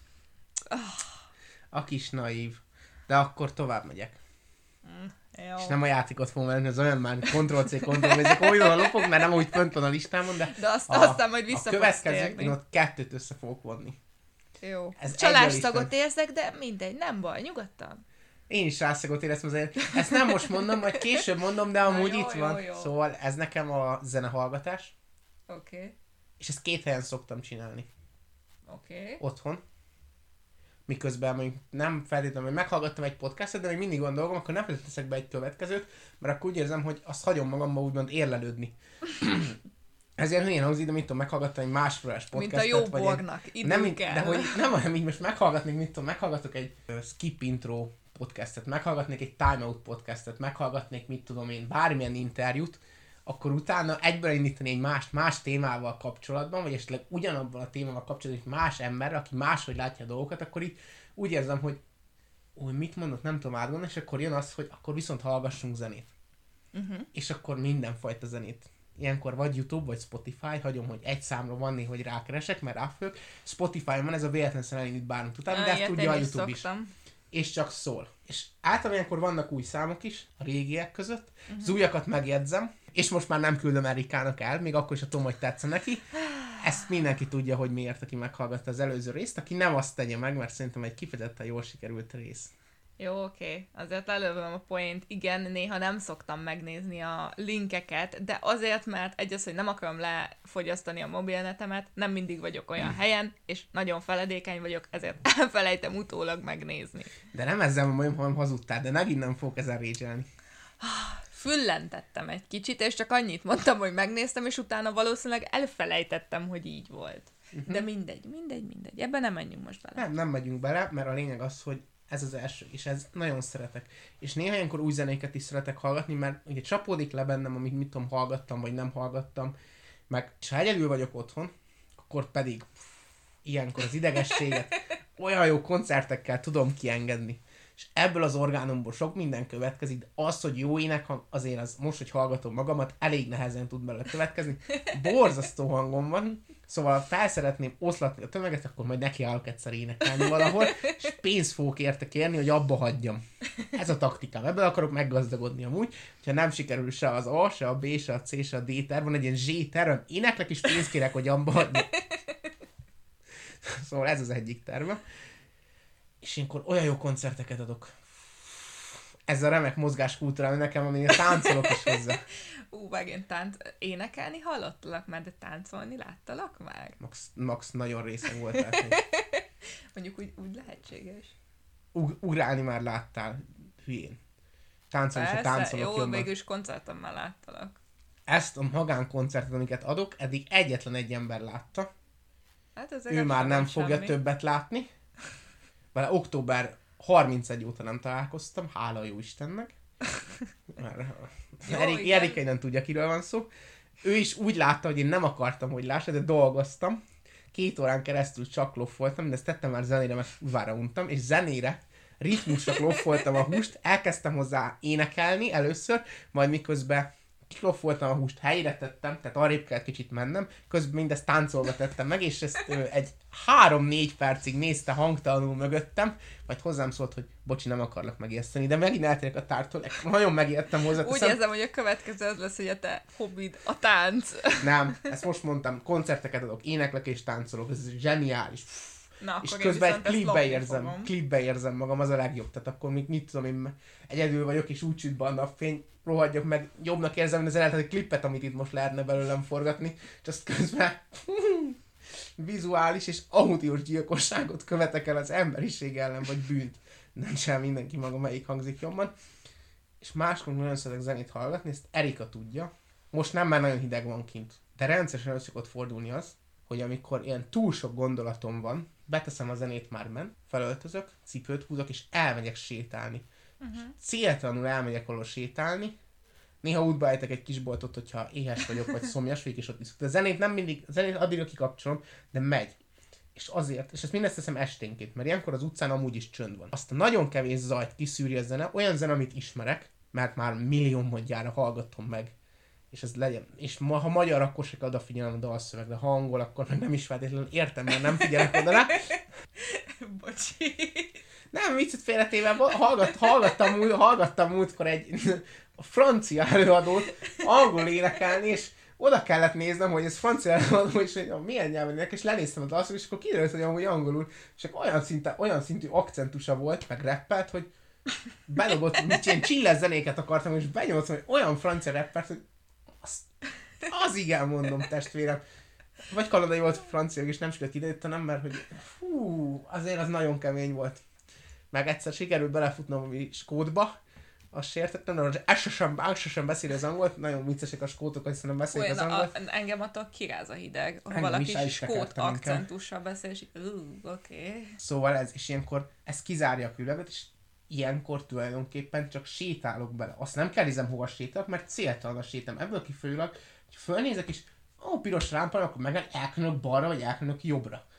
A kis naív. De akkor tovább megyek. Jó. És nem a játékot fogom venni, az olyan már Ctrl-C, Ctrl-V, ezek olyan lapok, mert nem úgy fönt van a listámon, de aztán majd vissza a következő, én ott 2 össze fogok vonni. Jó. Csalásszagot érzek, de mindegy, nem baj, nyugodtan. Én is rászagot éreztem azért. Ezt nem most mondom, majd később mondom, de amúgy itt van. Jó. Szóval ez nekem a zenehallgatás. Oké. És ezt 2 helyen szoktam csinálni. Oké. Otthon. Miközben mondjuk nem feltétlenül, hogy meghallgattam egy podcastot, de még mindig van dolgom, akkor nem teszek be egy következőt, mert akkor úgy érzem, hogy azt hagyom magamba úgymond érlelődni. Ezért hülyén hangzik, de mit tudom, meghallgattam egy másfélórás podcastot. Mint a jó bornak, idő kell. De hogy nem olyan, így most meghallgatnék, mit tudom, meghallgatok egy Skip Intro podcastet, meghallgatnék egy Time Out podcastet, meghallgatnék, mit tudom én, bármilyen interjút, akkor utána egyből indítani egy más témával kapcsolatban, vagy esetleg ugyanabban a témával kapcsolatban, hogy más ember, aki máshogy látja a dolgokat, akkor itt úgy érzem, hogy mit mondott, nem tudom átgondolni, és akkor jön az, hogy akkor viszont hallgassunk zenét. Uh-huh. És akkor mindenfajta zenét ilyenkor vagy YouTube, vagy Spotify, hagyom, hogy egy számra van néha, hogy rákeresek, mert ráfölök. Spotify-on van ez a véletlenszerűen elindít bármit után, de ezt tudja a YouTube is. És csak szól. És általában ilyenkor vannak új számok is, a régiek között, az újakat megjegyzem, és most már nem küldöm Erikának el, még akkor is a Tom, hogy tetszene neki. Ezt mindenki tudja, hogy miért, aki meghallgatta az előző részt, aki nem azt tegye meg, mert szerintem egy kifejezetten jól sikerült rész. Jó, oké. Azért lelövöm a point. Igen, néha nem szoktam megnézni a linkeket, de azért, mert egy az, hogy nem akarom lefogyasztani a mobilnetemet, nem mindig vagyok olyan helyen, és nagyon feledékeny vagyok, ezért elfelejtem utólag megnézni. De nem ezzel mondom, hanem hazudtál, de megint nem fogok ezzel régyelni. Füllentettem egy kicsit, és csak annyit mondtam, hogy megnéztem, és utána valószínűleg elfelejtettem, hogy így volt. De mindegy. Ebben nem menjünk most bele. Nem megyünk bele, mert a lényeg az, hogy ez az első, és ez nagyon szeretek. És néha ilyenkor új zenéket is szeretek hallgatni, mert ugye csapódik le bennem, amit mit tudom, hallgattam, vagy nem hallgattam. Meg, és ha egyedül vagyok otthon, akkor pedig ilyenkor az idegességet olyan jó koncertekkel tudom kiengedni. És ebből az orgánumból sok minden következik, de az, hogy jó énekhang, azért az most, hogy hallgatom magamat, elég nehezen tud belőle következni. Borzasztó hangom van, szóval felszeretném oszlatni a tömeget, akkor majd nekiállok egyszer énekelni valahol, és pénzt fogok érte kérni, hogy abba hagyjam. Ez a taktikám. Ebből akarok meggazdagodni amúgy, hogyha nem sikerül se az A, se a B, se a C, se a D terv, van egy ilyen Z terv, éneklek és pénzt kérek, hogy abba hagyjam. Szóval ez az egyik terve. És ilyenkor olyan jó koncerteket adok. Ez a remek mozgáskultúra nekem, amin táncolok is hozzá. Megint énekelni hallottalak már, de táncolni láttalak már? Max nagyon részen volt látni. Mondjuk úgy lehetséges. Ugrálni már láttál, hülyén. Táncolni se táncolok jobban. Jó, mégis koncerten már láttalak. Ezt a magánkoncertet, amiket adok, eddig egyetlen egy ember látta. Hát ő már nem fogja többet látni. Vele október 31 óta nem találkoztam, hála jó Istennek. Erika nem tudja, kiről van szó. Ő is úgy látta, hogy én nem akartam, hogy lássa, de dolgoztam. 2 órán keresztül csak loffoltam, de ezt tettem már zenére, mert vára untam, és zenére, ritmusra loffoltam a húst, elkezdtem hozzá énekelni először, majd miközben kiloffoltam a húst, helyre tettem, tehát arrébb kellett kicsit mennem, közben mindezt táncolva tettem meg, és ezt egy 3-4 percig nézte hangtalanul mögöttem, majd hozzám szólt, hogy bocsi, nem akarlak megijeszteni, de megint eltérek a tártól, nagyon megijedtem hozzá. Úgy érzem, hogy a következő az lesz, hogy a te hobbid a tánc. Nem, ezt most mondtam, koncerteket adok, éneklek és táncolok, ez zseniális. Na, és közben egy klipbe érzem magam, az a legjobb. Tehát akkor még mit tudom, én egyedül vagyok, és úgy süt be a napfény, rohadjak meg, jobbnak érzem, mint az eredeti klipet, amit itt most lehetne belőlem forgatni, és azt közben vizuális és audiós gyilkosságot követek el az emberiség ellen, vagy bűnt. Nem sem mindenki maga, melyik hangzik jobban. És máskor nagyon szeretek zenét hallgatni, ezt Erika tudja. Most nem, már nagyon hideg van kint. De rendszeresen össze szokott fordulni az, hogy amikor ilyen túl sok gondolatom van, beteszem a zenét már benn, felöltözök, cipőt húzok, és elmegyek sétálni. Céltalanul elmegyek valahol sétálni, néha útba ejtek egy kis boltot, hogyha éhes vagyok, vagy szomjas vagyok, és ott iszok. De a zenét nem mindig, a zenét addigra kikapcsolom, de megy. És azért, és ezt mindezt teszem esténként, mert ilyenkor az utcán amúgy is csönd van. Azt a nagyon kevés zajt kiszűri a zene, olyan zene, amit ismerek, mert már milliómodjára hallgatom meg. És ez legyen. És ha magyar, akkor se kell odafigyelnem a dalszövegre. Ha angol, akkor meg nem is feltétlenül értem, mert nem figyelek oda rá. Bocsi. Nem, viccet félretéve, hallgattam múltkor egy francia előadót angol énekelni, és oda kellett néznem, hogy ez francia előadó, és hogy milyen nyelven énekel, és lenéztem a dalszöveget, és akkor kiderült, hogy amúgy angolul, és olyan szintű akcentusa volt, meg rappelt, hogy bedobott, mit ilyen chiller zenéket akartam, és benyomottam, hogy olyan francia rappert, hogy az igen, mondom, testvérem. Vagy kanadai volt francia, és nem sikerült idejöttenem, mert hogy azért az nagyon kemény volt. Meg egyszer sikerült belefutnom a skótba, azt sértettem, de az sosem beszél az angolt, nagyon viccesek a skótok, hogy szerintem beszélik az angolt. Engem attól kiráz a hideg, ha valaki skót akcentussal beszél, és oké. Szóval ez, és ilyenkor ez kizárja a különbet, és ilyenkor tulajdonképpen csak sétálok bele. Azt nem kell nézem, hova sétálok, mert céltalan a sétám. Ebből kifolyólag, hogy fölnézek, és piros lámpa, akkor meg elkülönök balra, vagy elkülönök jobbra.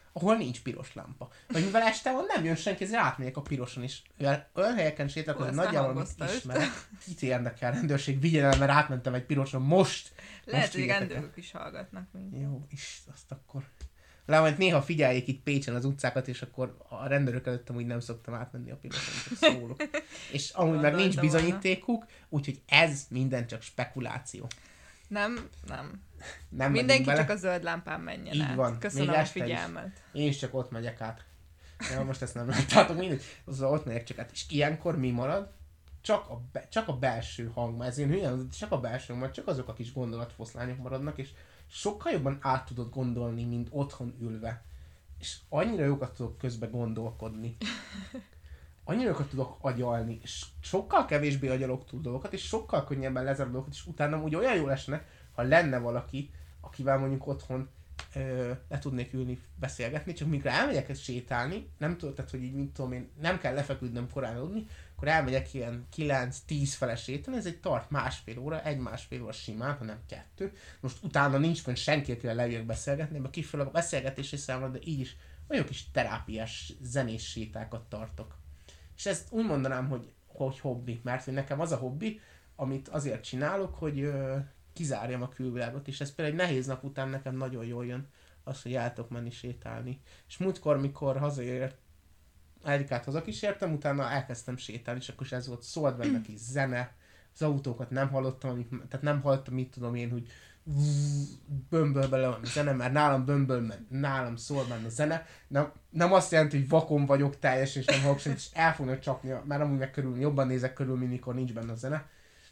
ahol nincs piros lámpa. Vagy mivel este van, nem jön senki, ezért átmegyek a piroson is. Olyan helyeken sétálkozom, nagyjából, amit ismerek. Kit érdekel, rendőrség, vigyelem, mert átmentem egy piroson most. Lehet, hogy rendőrök is hallgatnak minket. Jó, is, azt akkor... Majd néha figyeljék itt Pécsen az utcákat, és akkor a rendőrök előtt amúgy nem szoktam átmenni a piroson, csak szólok. És amúgy meg nincs bizonyítékuk, úgyhogy ez minden csak spekuláció. Nem Mindenki csak a zöld lámpán menjen így át. Van. Köszönöm a figyelmet. Én is csak ott megyek át. Ja, most ezt nem láttátok, mindegy. Szóval ott megyek csak át. És ilyenkor mi marad? Csak a belső hang, mert ez én hülyen, csak a belső hang, csak azok a kis gondolatfoszlányok maradnak, és sokkal jobban át tudod gondolni, mint otthon ülve. És annyira jókat tudok közben gondolkodni. Annyira jókat tudok agyalni, és sokkal kevésbé agyalok túl dolgokat, és sokkal könnyebben lezárok dolgokat, és utána úgy olyan jó lesne, ha lenne valaki, akivel mondjuk otthon le tudnék ülni, beszélgetni, csak mikor elmegyek sétálni, nem tudod, tehát, hogy így mit tudom én, nem kell lefeküdnöm korán aludni, akkor elmegyek ilyen 9-10 fele sétálni, ez egy tart másfél óra, 1-1,5 óra simán, hanem 2. Most utána nincs fönn senki, akivel leüljek beszélgetni, mert kifelől a beszélgetési számra, de így is olyan kis terápiás zenés sétákat tartok. És ezt úgy mondanám, hogy hobbi, mert hogy nekem az a hobbi, amit azért csinálok, hogy kizárjam a külvilágot, és ez például egy nehéz nap után nekem nagyon jól jön az, hogy el tudok menni sétálni. És múltkor, mikor hazaért, Erikát hazakísértem, utána elkezdtem sétálni, és akkor ez volt, szólt benne kis zene, az autókat nem hallottam, tehát nem hallottam, mit tudom én, hogy bömböl bele van a zene, mert nálam bömböl, mert nálam szól benne a zene. Nem azt jelenti, hogy vakon vagyok teljesen, és nem hallok semmit, és el fognak csapni, mert amúgy meg jobban nézek körül, mint mikor nincs benne a zene.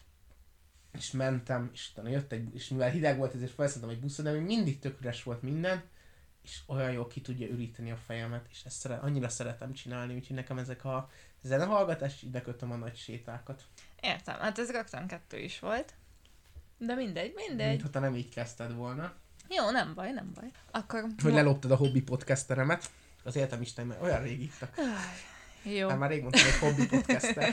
És mentem, és utána jött és mivel hideg volt, ezért felszálltam egy buszra, de még mindig tök üres volt minden, és olyan jól ki tudja üríteni a fejemet, és ezt annyira szeretem csinálni, úgyhogy nekem ezek a zenehallgatás, ide kötöm a nagy sétákat. Értem, hát ez rögtön 2 is volt. De mindegy. Mint ha nem így kezdted volna. Jó, nem baj. Akkor... Hogy leloptad a hobbi podcasteremet. Az életem Isten, mert olyan rég ittak. Jó. Hát már rég mondtam, hogy hobbi podcaster.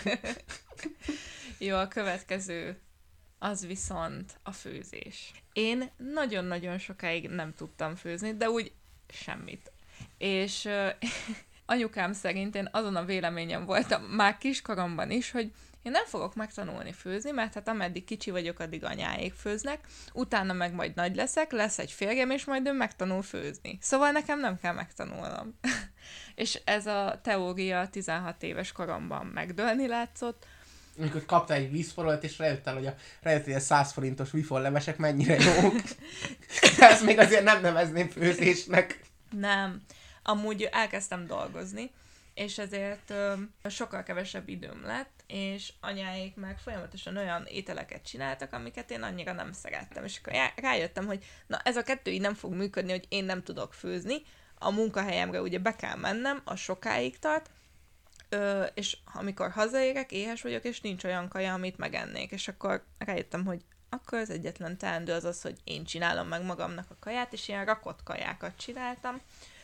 Jó, a következő az viszont a főzés. Én nagyon-nagyon sokáig nem tudtam főzni, de úgy semmit. És anyukám szerint én azon a véleményem voltam már kiskoromban is, hogy én nem fogok megtanulni főzni, mert hát ameddig kicsi vagyok, addig anyáék főznek, utána meg majd nagy leszek, lesz egy férjem, és majd ő megtanul főzni. Szóval nekem nem kell megtanulnom. És ez a teória 16 éves koromban megdőlni látszott. Amikor kaptál egy vízforralt, és rájöttél, hogy a 100 forintos wifi-levesek mennyire jók. De ezt még azért nem nevezném főzésnek. Nem. Amúgy elkezdtem dolgozni, és ezért sokkal kevesebb időm lett, és anyáik meg folyamatosan olyan ételeket csináltak, amiket én annyira nem szerettem. És akkor rájöttem, hogy na ez a 2 így nem fog működni, hogy én nem tudok főzni. A munkahelyemre ugye be kell mennem, az sokáig tart, és amikor hazaérek, éhes vagyok, és nincs olyan kaja, amit megennék. És akkor rájöttem, hogy akkor az egyetlen teendő az, hogy én csinálom meg magamnak a kaját, és ilyen rakott kajákat csináltam.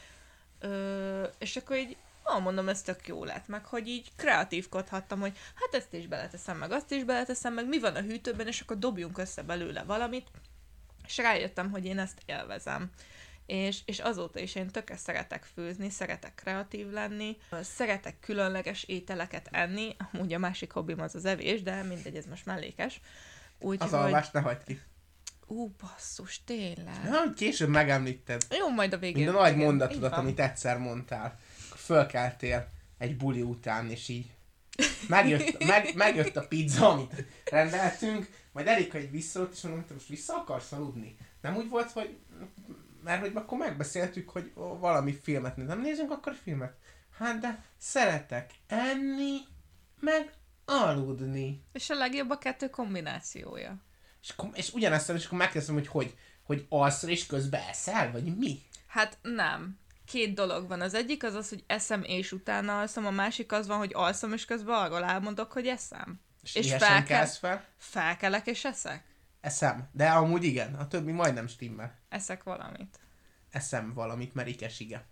És akkor így mondom, ez tök jó lett, meg hogy így kreatívkodhattam, hogy hát ezt is beleteszem, meg azt is beleteszem, meg mi van a hűtőben, és akkor dobjunk össze belőle valamit. És rájöttem, hogy én ezt élvezem. És azóta is én tökre szeretek főzni, szeretek kreatív lenni, szeretek különleges ételeket enni, amúgy a másik hobbim az az evés, de mindegy, ez most mellékes. Az alvást ne hagyd ki. Basszus, tényleg. Na, később megemlíted. Jó, majd a végén. Mind a nagy mondatodat, amit egyszer mondtál. Fölkeltél egy buli után, és így megjött a pizza, amit rendeltünk, majd Erika így visszaült, és mondom, te most vissza akarsz aludni? Nem úgy volt, hogy... Mert hogy akkor megbeszéltük, hogy valami filmet nem nézünk, akkor filmet. Hát de szeretek enni, meg aludni. És a legjobb a 2 kombinációja. És ugyanezt, és akkor megkérdezem, hogy alszol és közben eszel, vagy mi? Hát nem. 2 dolog van. Az egyik az, hogy eszem és utána alszom, a másik az van, hogy alszom és közben arról álmodok, hogy eszem. És fel? Felkelek és eszek? Eszem. De amúgy igen, a többi majdnem stimmel. Eszek valamit. Eszem valamit, mert ikesige.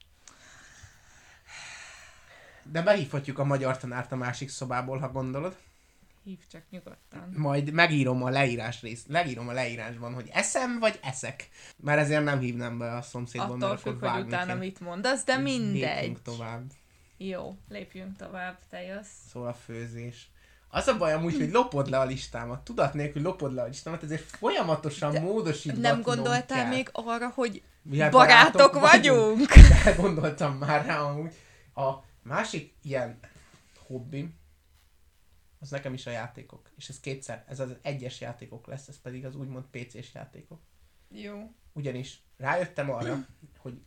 De behívhatjuk a magyar tanárt a másik szobából, ha gondolod. Hívj csak nyugodtan. Majd megírom a leírásban, hogy eszem vagy eszek. Mert ezért nem hívnám be a szomszédból, attól mert függ, akkor hogy utána kell. mit mondasz, de mindegy. Lépjünk tovább. Jó, lépjünk tovább, te jössz. Szóval a főzés. Az a baj amúgy, hogy lopod le a listámat. Tudat nélkül lopod le a listámat, ezért folyamatosan módosítgatnom Nem gondoltál kell. még arra, hogy Mivel barátok vagyunk? De gondoltam már rá amúgy. A másik ilyen hobbim, az nekem is a játékok. És ez kétszer, ez az egyes játékok lesz, ez pedig az úgymond PC-s játékok. Jó. Ugyanis rájöttem arra, hogy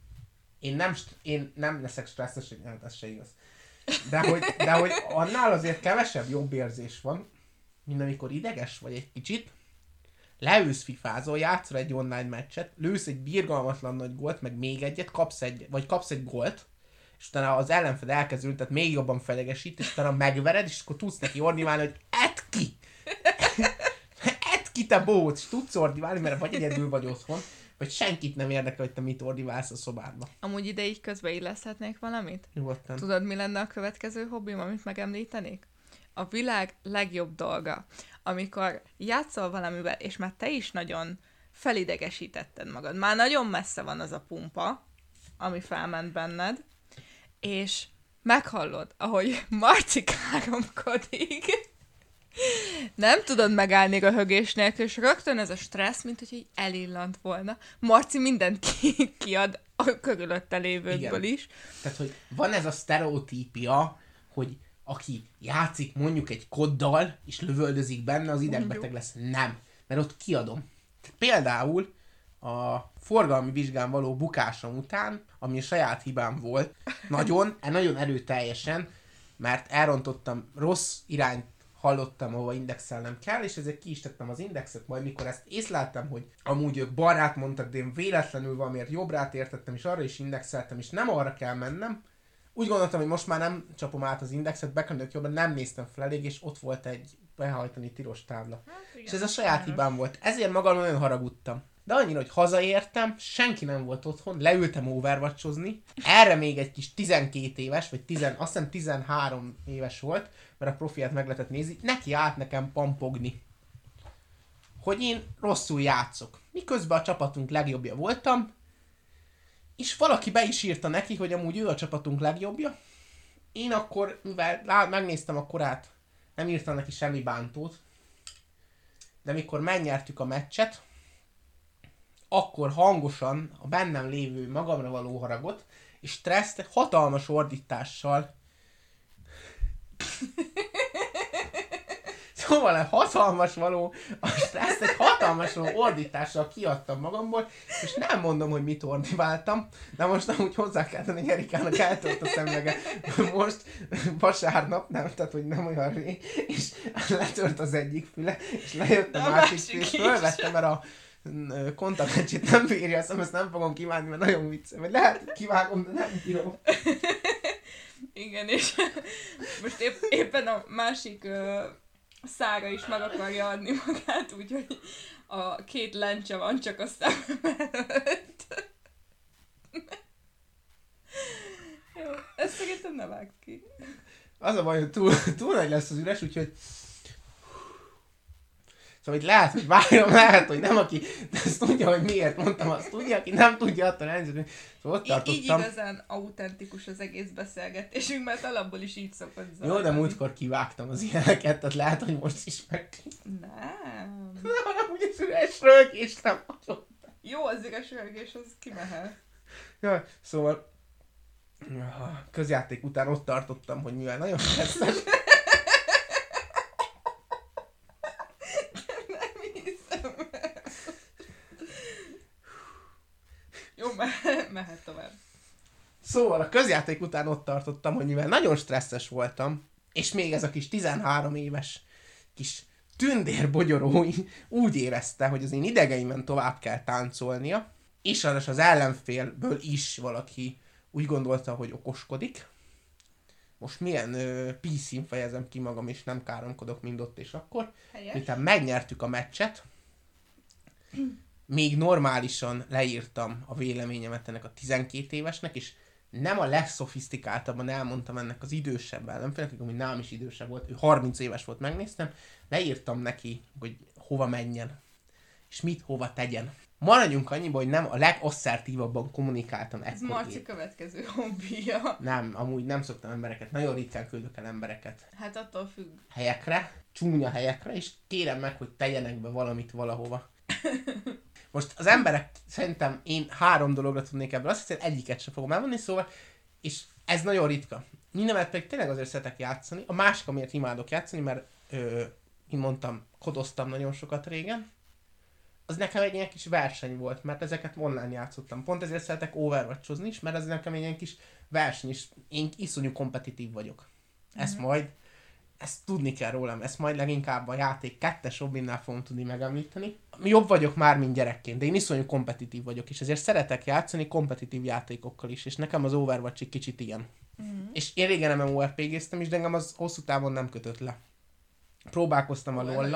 én nem leszek stresszes, nem, ez se igaz. De hogy annál azért kevesebb jobb érzés van, mint amikor ideges vagy egy kicsit, leülsz fifázol, játszol egy online meccset, lősz egy birgalmatlan nagy gólt, meg még egyet, kapsz egy gólt, és utána az ellenfed elkezd ültetni, még jobban felegesít, és utána megvered, és akkor tudsz neki ordiválni, hogy edd ki! Edd ki, te bóc! És tudsz ordiválni, mert vagy egyedül vagy otthon, vagy senkit nem érdekel, hogy te mit ordiválsz a szobádba. Amúgy ide így közbeilleszthetnék valamit? Nyugodtan. Tudod, mi lenne a következő hobbim, amit megemlítenék? A világ legjobb dolga, amikor játszol valamivel, és már te is nagyon felidegesítetted magad. Már nagyon messze van az a pumpa, ami felment benned, és meghallod, ahogy Marci káromkodik, nem tudod megállni a högés nélkül, és rögtön ez a stressz, mint hogy így elillant volna. Marci mindent kiad a körülötte lévőkből is. Tehát, hogy van ez a sztereotípia, hogy aki játszik mondjuk egy koddal, és lövöldözik benne, az idegbeteg lesz. Nem. Mert ott kiadom. Például a forgalmi vizsgán való bukásom után, ami a saját hibám volt, nagyon erőteljesen, mert elrontottam, rossz irányt hallottam, ahova indexelnem kell, és ezért ki is tettem az indexet, majd mikor ezt észleltem, hogy amúgy ők balrát mondtak, de én véletlenül valamiért jobbrát értettem, és arra is indexeltem, és nem arra kell mennem, úgy gondoltam, hogy most már nem csapom át az indexet, beköndök jobban, nem néztem fel elég, és ott volt egy behajtani tilos tábla. Hát, igen, és ez a saját hibám volt. Ezért magam nagyon haragudtam. De annyira, hogy hazaértem, senki nem volt otthon, leültem overwatchozni. Erre még egy kis 12 éves, vagy azt hiszem 13 éves volt, mert a profiát meg lehetett nézni, neki állt nekem pampogni, hogy én rosszul játszok. Miközben a csapatunk legjobbja voltam, és valaki be is írta neki, hogy amúgy ő a csapatunk legjobbja. Én akkor, mivel megnéztem a korát, nem írtam neki semmi bántót, de mikor megnyertük a meccset, akkor hangosan a bennem lévő magamra való haragot és stresszt egy hatalmas ordítással szóval egy hatalmas ordítással kiadtam magamból, és nem mondom, hogy mit ordiváltam, de most amúgy hozzá kell tenni, hogy Erikának eltört a szemüvege most vasárnap, nem, tehát hogy nem olyan rég, és letört az egyik füle, és lejött a másik füle, és fölvettem, mert a kontaktlencsét nem bírja a szem, ezt nem fogom kivágni, mert nagyon vicces, vagy lehet, hogy kivágom, de nem bírom. Igen, és most éppen a másik szára is meg akarja adni magát, úgyhogy a két lencse van csak a szem mellett. Jó, ezt szerintem ne vágd ki. Az a baj, hogy túl nagy lesz az üres, úgyhogy szóval hogy lehet, hogy várom, lehet, hogy nem, aki ezt tudja, hogy miért mondtam, azt tudja, aki nem tudja, attól elnézést. Szóval ott tartottam. Így igazán autentikus az egész beszélgetésünk, mert alapból is így szokott zajlani. Jó, de múltkor kivágtam az ilyeneket, tehát lehet, hogy most is meg... Nem. Nem, úgy az üres rögés nem adott. Jó, az üres rögés, az kimehet. Ja, szóval közjáték után ott tartottam, hogy mivel nagyon stresszes. Jó, mehet tovább. Szóval a közjáték után ott tartottam, hogy mivel nagyon stresszes voltam, és még ez a kis 13 éves kis tündérbogyoró úgy érezte, hogy az én idegeimen tovább kell táncolnia, és sajnos az ellenfélből is valaki úgy gondolta, hogy okoskodik. Most milyen PC-n fejezem ki magam, és nem káromkodok mind ott és akkor. Miután megnyertük a meccset, még normálisan leírtam a véleményemet ennek a 12 évesnek, és nem a legszofisztikáltabban elmondtam ennek az idősebb ellenfélnek, ami nálam is idősebb volt, ő 30 éves volt, megnéztem, leírtam neki, hogy hova menjen, és mit hova tegyen. Maradjunk annyiba, hogy nem a legasszertívabban kommunikáltam Ez Marci következő hobbija. Nem, amúgy nem szoktam embereket, nagyon ritkán küldök el embereket. Hát attól függ. Helyekre, csúnya helyekre, és kérem meg, hogy tegyenek be valamit valahova. Most az emberek, szerintem én 3 dologra tudnék ebből, azt hiszem egyiket sem fogom elmondani, szóval, és ez nagyon ritka. Mindenet pedig tényleg azért szeretek játszani. A másik, amiért imádok játszani, mert én mondtam, kodoztam nagyon sokat régen, az nekem egy ilyen kis verseny volt, mert ezeket online játszottam. Pont ezért szeretek Overwatch-ozni is, mert ez nekem egy ilyen kis verseny is. Én iszonyú kompetitív vagyok. Ezt tudni kell rólam, ezt majd leginkább a játék 2-es Robinnál fogom tudni megemlíteni. Jobb vagyok már, mint gyerekként, de én iszonyú kompetitív vagyok, és ezért szeretek játszani kompetitív játékokkal is, és nekem az Overwatch egy kicsit ilyen. És én régen MMORPG-ztem is, de engem az hosszú távon nem kötött le. Próbálkoztam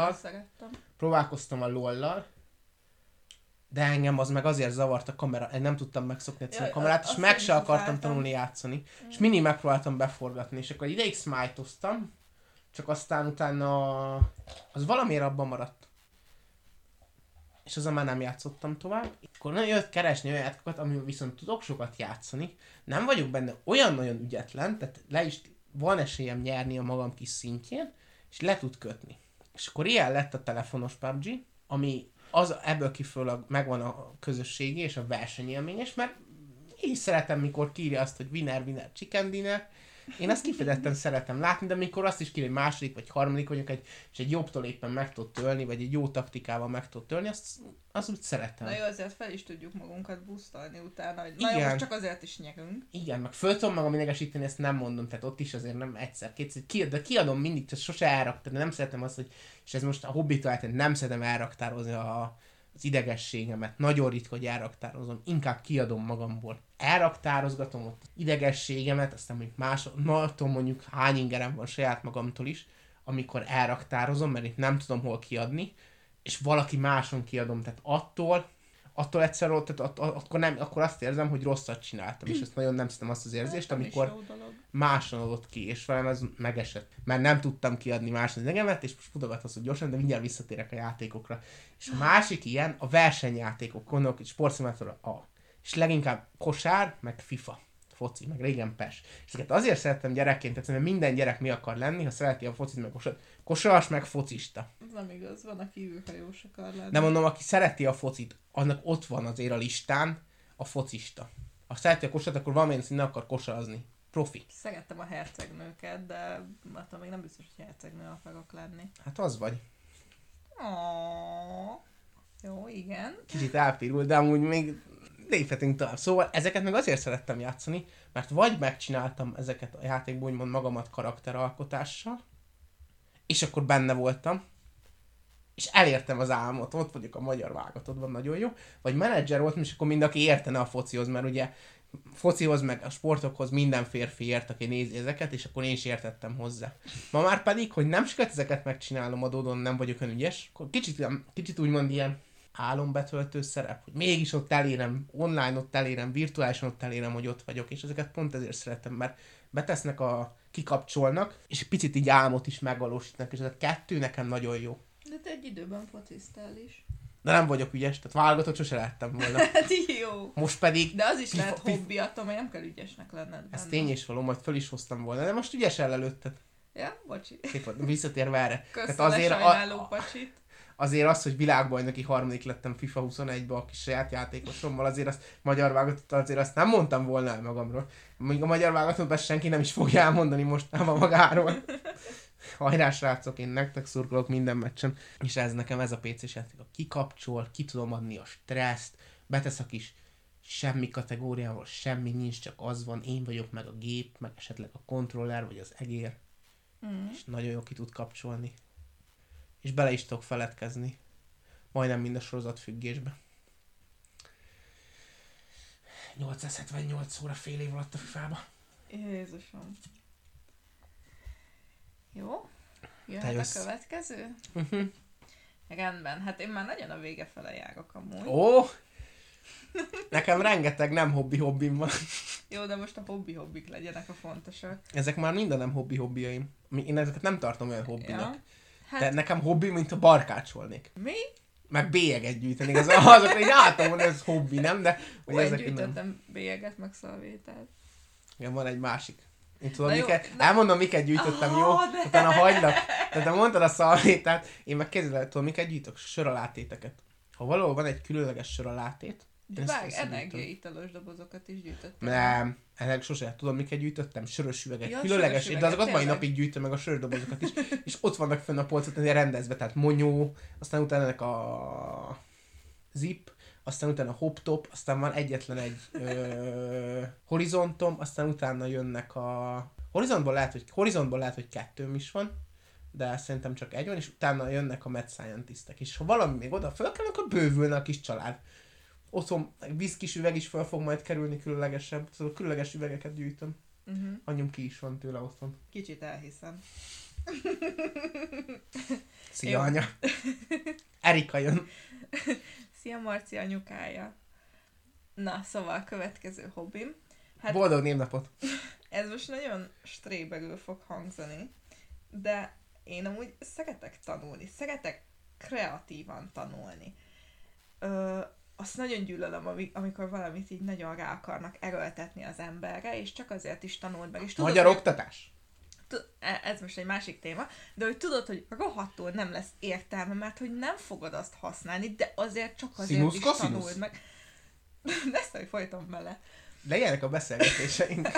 a LOL-lal, de engem az meg azért zavart a kamera, én nem tudtam megszokni egyszerűen a kamerát, és meg se akartam tanulni játszani. És mindig megpróbáltam beforgatni, és akkor ideig smite-oztam, csak aztán utána az valamiért abban maradt. És azon már nem játszottam tovább. Akkor nagyon jött keresni olyan játékokat, amivel viszont tudok sokat játszani. Nem vagyok benne olyan nagyon ügyetlen, tehát van esélyem nyerni a magam kis szintjén, és le tud kötni. És akkor ilyen lett a telefonos PUBG, ami ebből kifolyólag megvan a közösségi és a versenyélményes, mert én is szeretem, mikor kiírja azt, hogy winner, chicken dinner. Én azt kifejezetten szeretem látni, de mikor azt is kiírja, hogy második vagy harmadik vagyok, és egy jobbtól éppen meg tud tölni, vagy egy jó taktikával meg tud tölni, azt úgy szeretem. Na jó, azért fel is tudjuk magunkat boostolni utána, hogy na jó, most csak azért is nyerünk. Igen, meg föl tudom magam idegesíteni, ezt nem mondom, tehát ott is azért nem egyszer-kétszer, de kiadom mindig, csak sose elraktározom, nem szeretem azt, hogy, és ez most a hobbitól által nem szeretem elraktározni az idegességemet, nagyon ritka, hogy elraktározom, inkább kiadom magamból. Elraktározgatom ott idegességemet, aztán mondjuk hány ingerem van saját magamtól is, amikor elraktározom, mert itt nem tudom hol kiadni, és valaki máson kiadom, tehát attól egyszerűen, akkor azt érzem, hogy rosszat csináltam, és ezt nagyon nem szeretem azt az érzést, amikor máson adott ki, és velem ez megesett. Mert nem tudtam kiadni máson az idegemet, és most futogatsz, hogy gyorsan, de mindjárt visszatérek a játékokra. És a másik ilyen, a versenyjátékok, gondolok, hogy sportszimulátor és leginkább kosár, meg FIFA, foci, meg régen PES. És ezeket azért szerettem gyerekként, mert minden gyerek mi akar lenni, ha szereti a focit, meg kosaras, meg focista. Ez nem igaz, van, aki űrhajós akar lenni. De mondom, aki szereti a focit, annak ott van azért a listán a focista. Ha szereti a kosart, akkor valamilyen szinten akar kosarazni. Profi. Szerettem a hercegnőket, de attól még nem biztos, hogy hercegnő akarok lenni. Hát az vagy. Jó, igen. Kicsit elpirul, de amúgy még léphetünk tovább. Szóval ezeket meg azért szerettem játszani, mert vagy megcsináltam ezeket a játékból, úgymond magamat karakteralkotással, és akkor benne voltam, és elértem az álmot, ott vagyok a magyar válogatottban, nagyon jó, vagy menedzser voltam, és akkor aki értene a focihoz, mert ugye focihoz, meg a sportokhoz minden férfi ért, aki nézi ezeket, és akkor én is értettem hozzá. Ma már pedig, hogy nem sikerült ezeket megcsinálom, adódon nem vagyok olyan ügyes, akkor kicsit úgymond ilyen álombetöltő szerep, hogy mégis ott elérem, online ott elérem, virtuálisan ott elérem, hogy ott vagyok, és ezeket pont ezért szeretem, mert betesznek kikapcsolnak, és picit így álmot is megvalósítanak, és ez a 2 nekem nagyon jó. De te egy időben fociztál is. De nem vagyok ügyes, tehát válogatott sose lehettem volna. Hát jó. Most pedig... De az is lehet hobbi, attól még nem kell ügyesnek lenned benne. Ez tény is való, majd föl is hoztam volna, de most ügyesen előtted. Ja, bocsi. Visszatérve erre. Köszönöm, sajnáló pacsit. Azért az, hogy világbajnoki harmadik lettem FIFA 21-be a kis saját játékosommal, azért azt magyar válogatottal azért azt nem mondtam volna el magamról. Még a magyar válogatottban senki nem is fogja elmondani mostában magáról. Hajrá srácok, én nektek szurkolok minden meccsen. És ez nekem ez a PC-s játék. Kikapcsol, ki tudom adni a stresszt, betesz a kis semmi kategóriával, semmi nincs, csak az van, én vagyok meg a gép, meg esetleg a kontroller, vagy az egér. És nagyon jó ki tud kapcsolni. És bele is tudok feledkezni. Majdnem mind a sorozat függésbe. 878 óra fél év alatt a FIFA-ba. Jézusom. Jó? Jöhet a következő? Rendben. Hát én már nagyon a vége fele járok amúgy. Nekem rengeteg nem hobbim van. Jó, de most a hobbik legyenek a fontosak. Ezek már minden nem hobbiaim. Én ezeket nem tartom olyan hobbinak. Ja. Hát... De nekem hobbi, mint a barkácsolnék. Mi? Meg bélyeget gyűjteni. Azok így látom, hogy ez hobbi, nem? De ezek gyűjtöttem nem. Bélyeget, meg szalvétát. Igen, van egy másik. Én tudom, miket, elmondom, miket gyűjtöttem, jó? De... Utána hagylak. Tehát te mondtad a szalvétát, én meg kezdem, tudom, miket gyűjtök? Söralátéteket. Ha valahol van egy különleges söralátét, de vág, energiaitalos dobozokat is gyűjtöttem. Nem, ennek sosem tudom, miket gyűjtöttem. Sörös üvegek, ja, különleges, sörös de azokat mai tényleg? napig gyűjtöm meg a sördobozokat is, és ott vannak fönn a polcot, rendezve, tehát monyó, aztán utána ennek a zip, aztán utána hop top, aztán van egyetlen egy horizontom, aztán utána jönnek a... Horizontból lehet, hogy 2 is van, de szerintem csak egy van, és utána jönnek a Mad Scientistek. És ha valami még oda fölkelnek, akkor bővülne a kis család. Otthon viszkis üveg is fel fog majd kerülni különlegesebb, szóval különleges üvegeket gyűjtöm. Anyum ki is van tőle otthon. Kicsit elhiszem. Szia, anya! Erika jön. Szia, Marci anyukája. Na, szóval következő hobbim. Hát, boldog névnapot! Ez most nagyon stréberül fog hangzani, de én amúgy szeretek tanulni, szeretek kreatívan tanulni. Azt nagyon gyűlölöm, amikor valamit így nagyon rá akarnak erőltetni az emberre, és csak azért is tanult meg. És tudod, magyar oktatás? Ez most egy másik téma, de hogy tudod, hogy rohadtul nem lesz értelme, mert hogy nem fogod azt használni, de azért csak azért Sinus, is tanuld meg. De ezt, hogy folytom bele. Legyenek a beszélgetéseink.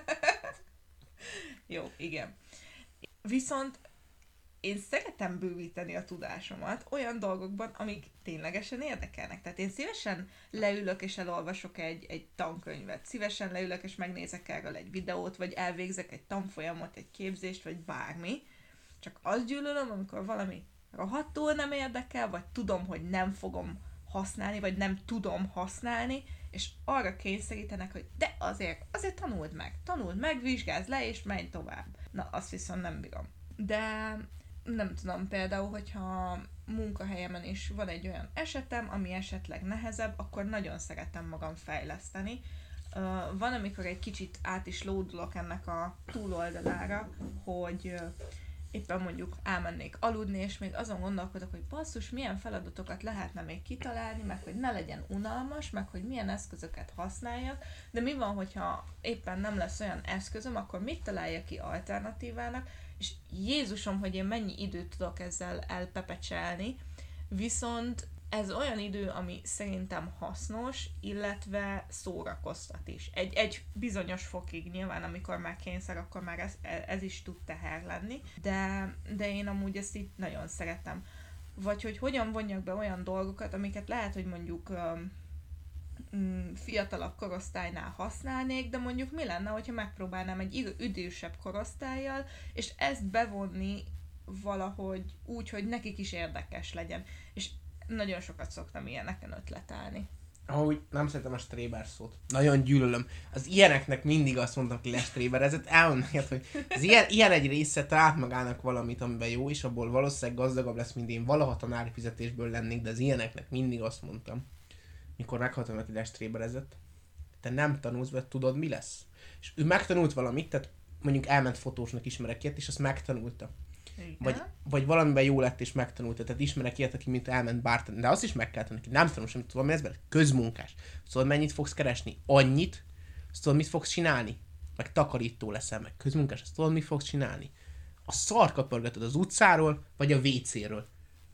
Jó, igen. Viszont én szeretem bővíteni a tudásomat olyan dolgokban, amik ténylegesen érdekelnek. Tehát én szívesen leülök és elolvasok egy tankönyvet. Szívesen leülök és megnézek erről egy videót, vagy elvégzek egy tanfolyamot, egy képzést, vagy bármi. Csak azt gyűlölöm, amikor valami rohadtul nem érdekel, vagy tudom, hogy nem fogom használni, vagy nem tudom használni, és arra kényszerítenek, hogy de azért tanuld meg, vizsgázz le, és menj tovább. Na, azt viszont nem bírom. De nem tudom, például, hogyha munkahelyemen is van egy olyan esetem, ami esetleg nehezebb, akkor nagyon szeretem magam fejleszteni. Van, amikor egy kicsit át is lódulok ennek a túloldalára, hogy éppen mondjuk elmennék aludni, és még azon gondolkodok, hogy basszus, milyen feladatokat lehetne még kitalálni, meg hogy ne legyen unalmas, meg hogy milyen eszközöket használjak, de mi van, hogyha éppen nem lesz olyan eszközöm, akkor mit találjak ki alternatívának, és Jézusom, hogy én mennyi időt tudok ezzel elpepecselni, viszont ez olyan idő, ami szerintem hasznos, illetve szórakoztat is. Egy bizonyos fokig nyilván, amikor már kényszer, akkor már ez is tud teher lenni, de én amúgy ezt így nagyon szeretem. Vagy hogy hogyan vonjak be olyan dolgokat, amiket lehet, hogy mondjuk fiatalabb korosztálynál használnék, de mondjuk mi lenne, hogyha megpróbálnám egy idősebb korosztállyal, és ezt bevonni valahogy úgy, hogy nekik is érdekes legyen. És nagyon sokat szoktam ilyeneken ötletelni. Ahogy nem szeretem a stréber szót. Nagyon gyűlölöm. Az ilyeneknek mindig azt mondtam, hogy lestréberezett. Elmondom, hogy az ilyen egy része talált magának valamit, amiben jó, és abból valószínűleg gazdagabb lesz, mint én valaha tanári fizetésből lennék, de az ilyeneknek mindig azt mondtam, mikor meghaltam, hogy lestréberezett. Te nem tanulsz, vagy tudod, mi lesz. És ő megtanult valamit, tehát mondjuk elment fotósnak, ismerek ilyet, és azt megtanulta. Vagy valamiben jó lett és megtanulta. Tehát ismerek ilyet, aki mint elment bárten, de azt is meg kell tanulni, nem tanul semmit, tudom, mi ez belőle? Közmunkás. Szóval mennyit fogsz keresni? Annyit. Szóval mit fogsz csinálni? Meg takarító leszel, meg közmunkás. Azt tudod, mit fogsz csinálni? A szart kapargatod az utcáról, vagy a WC-ről.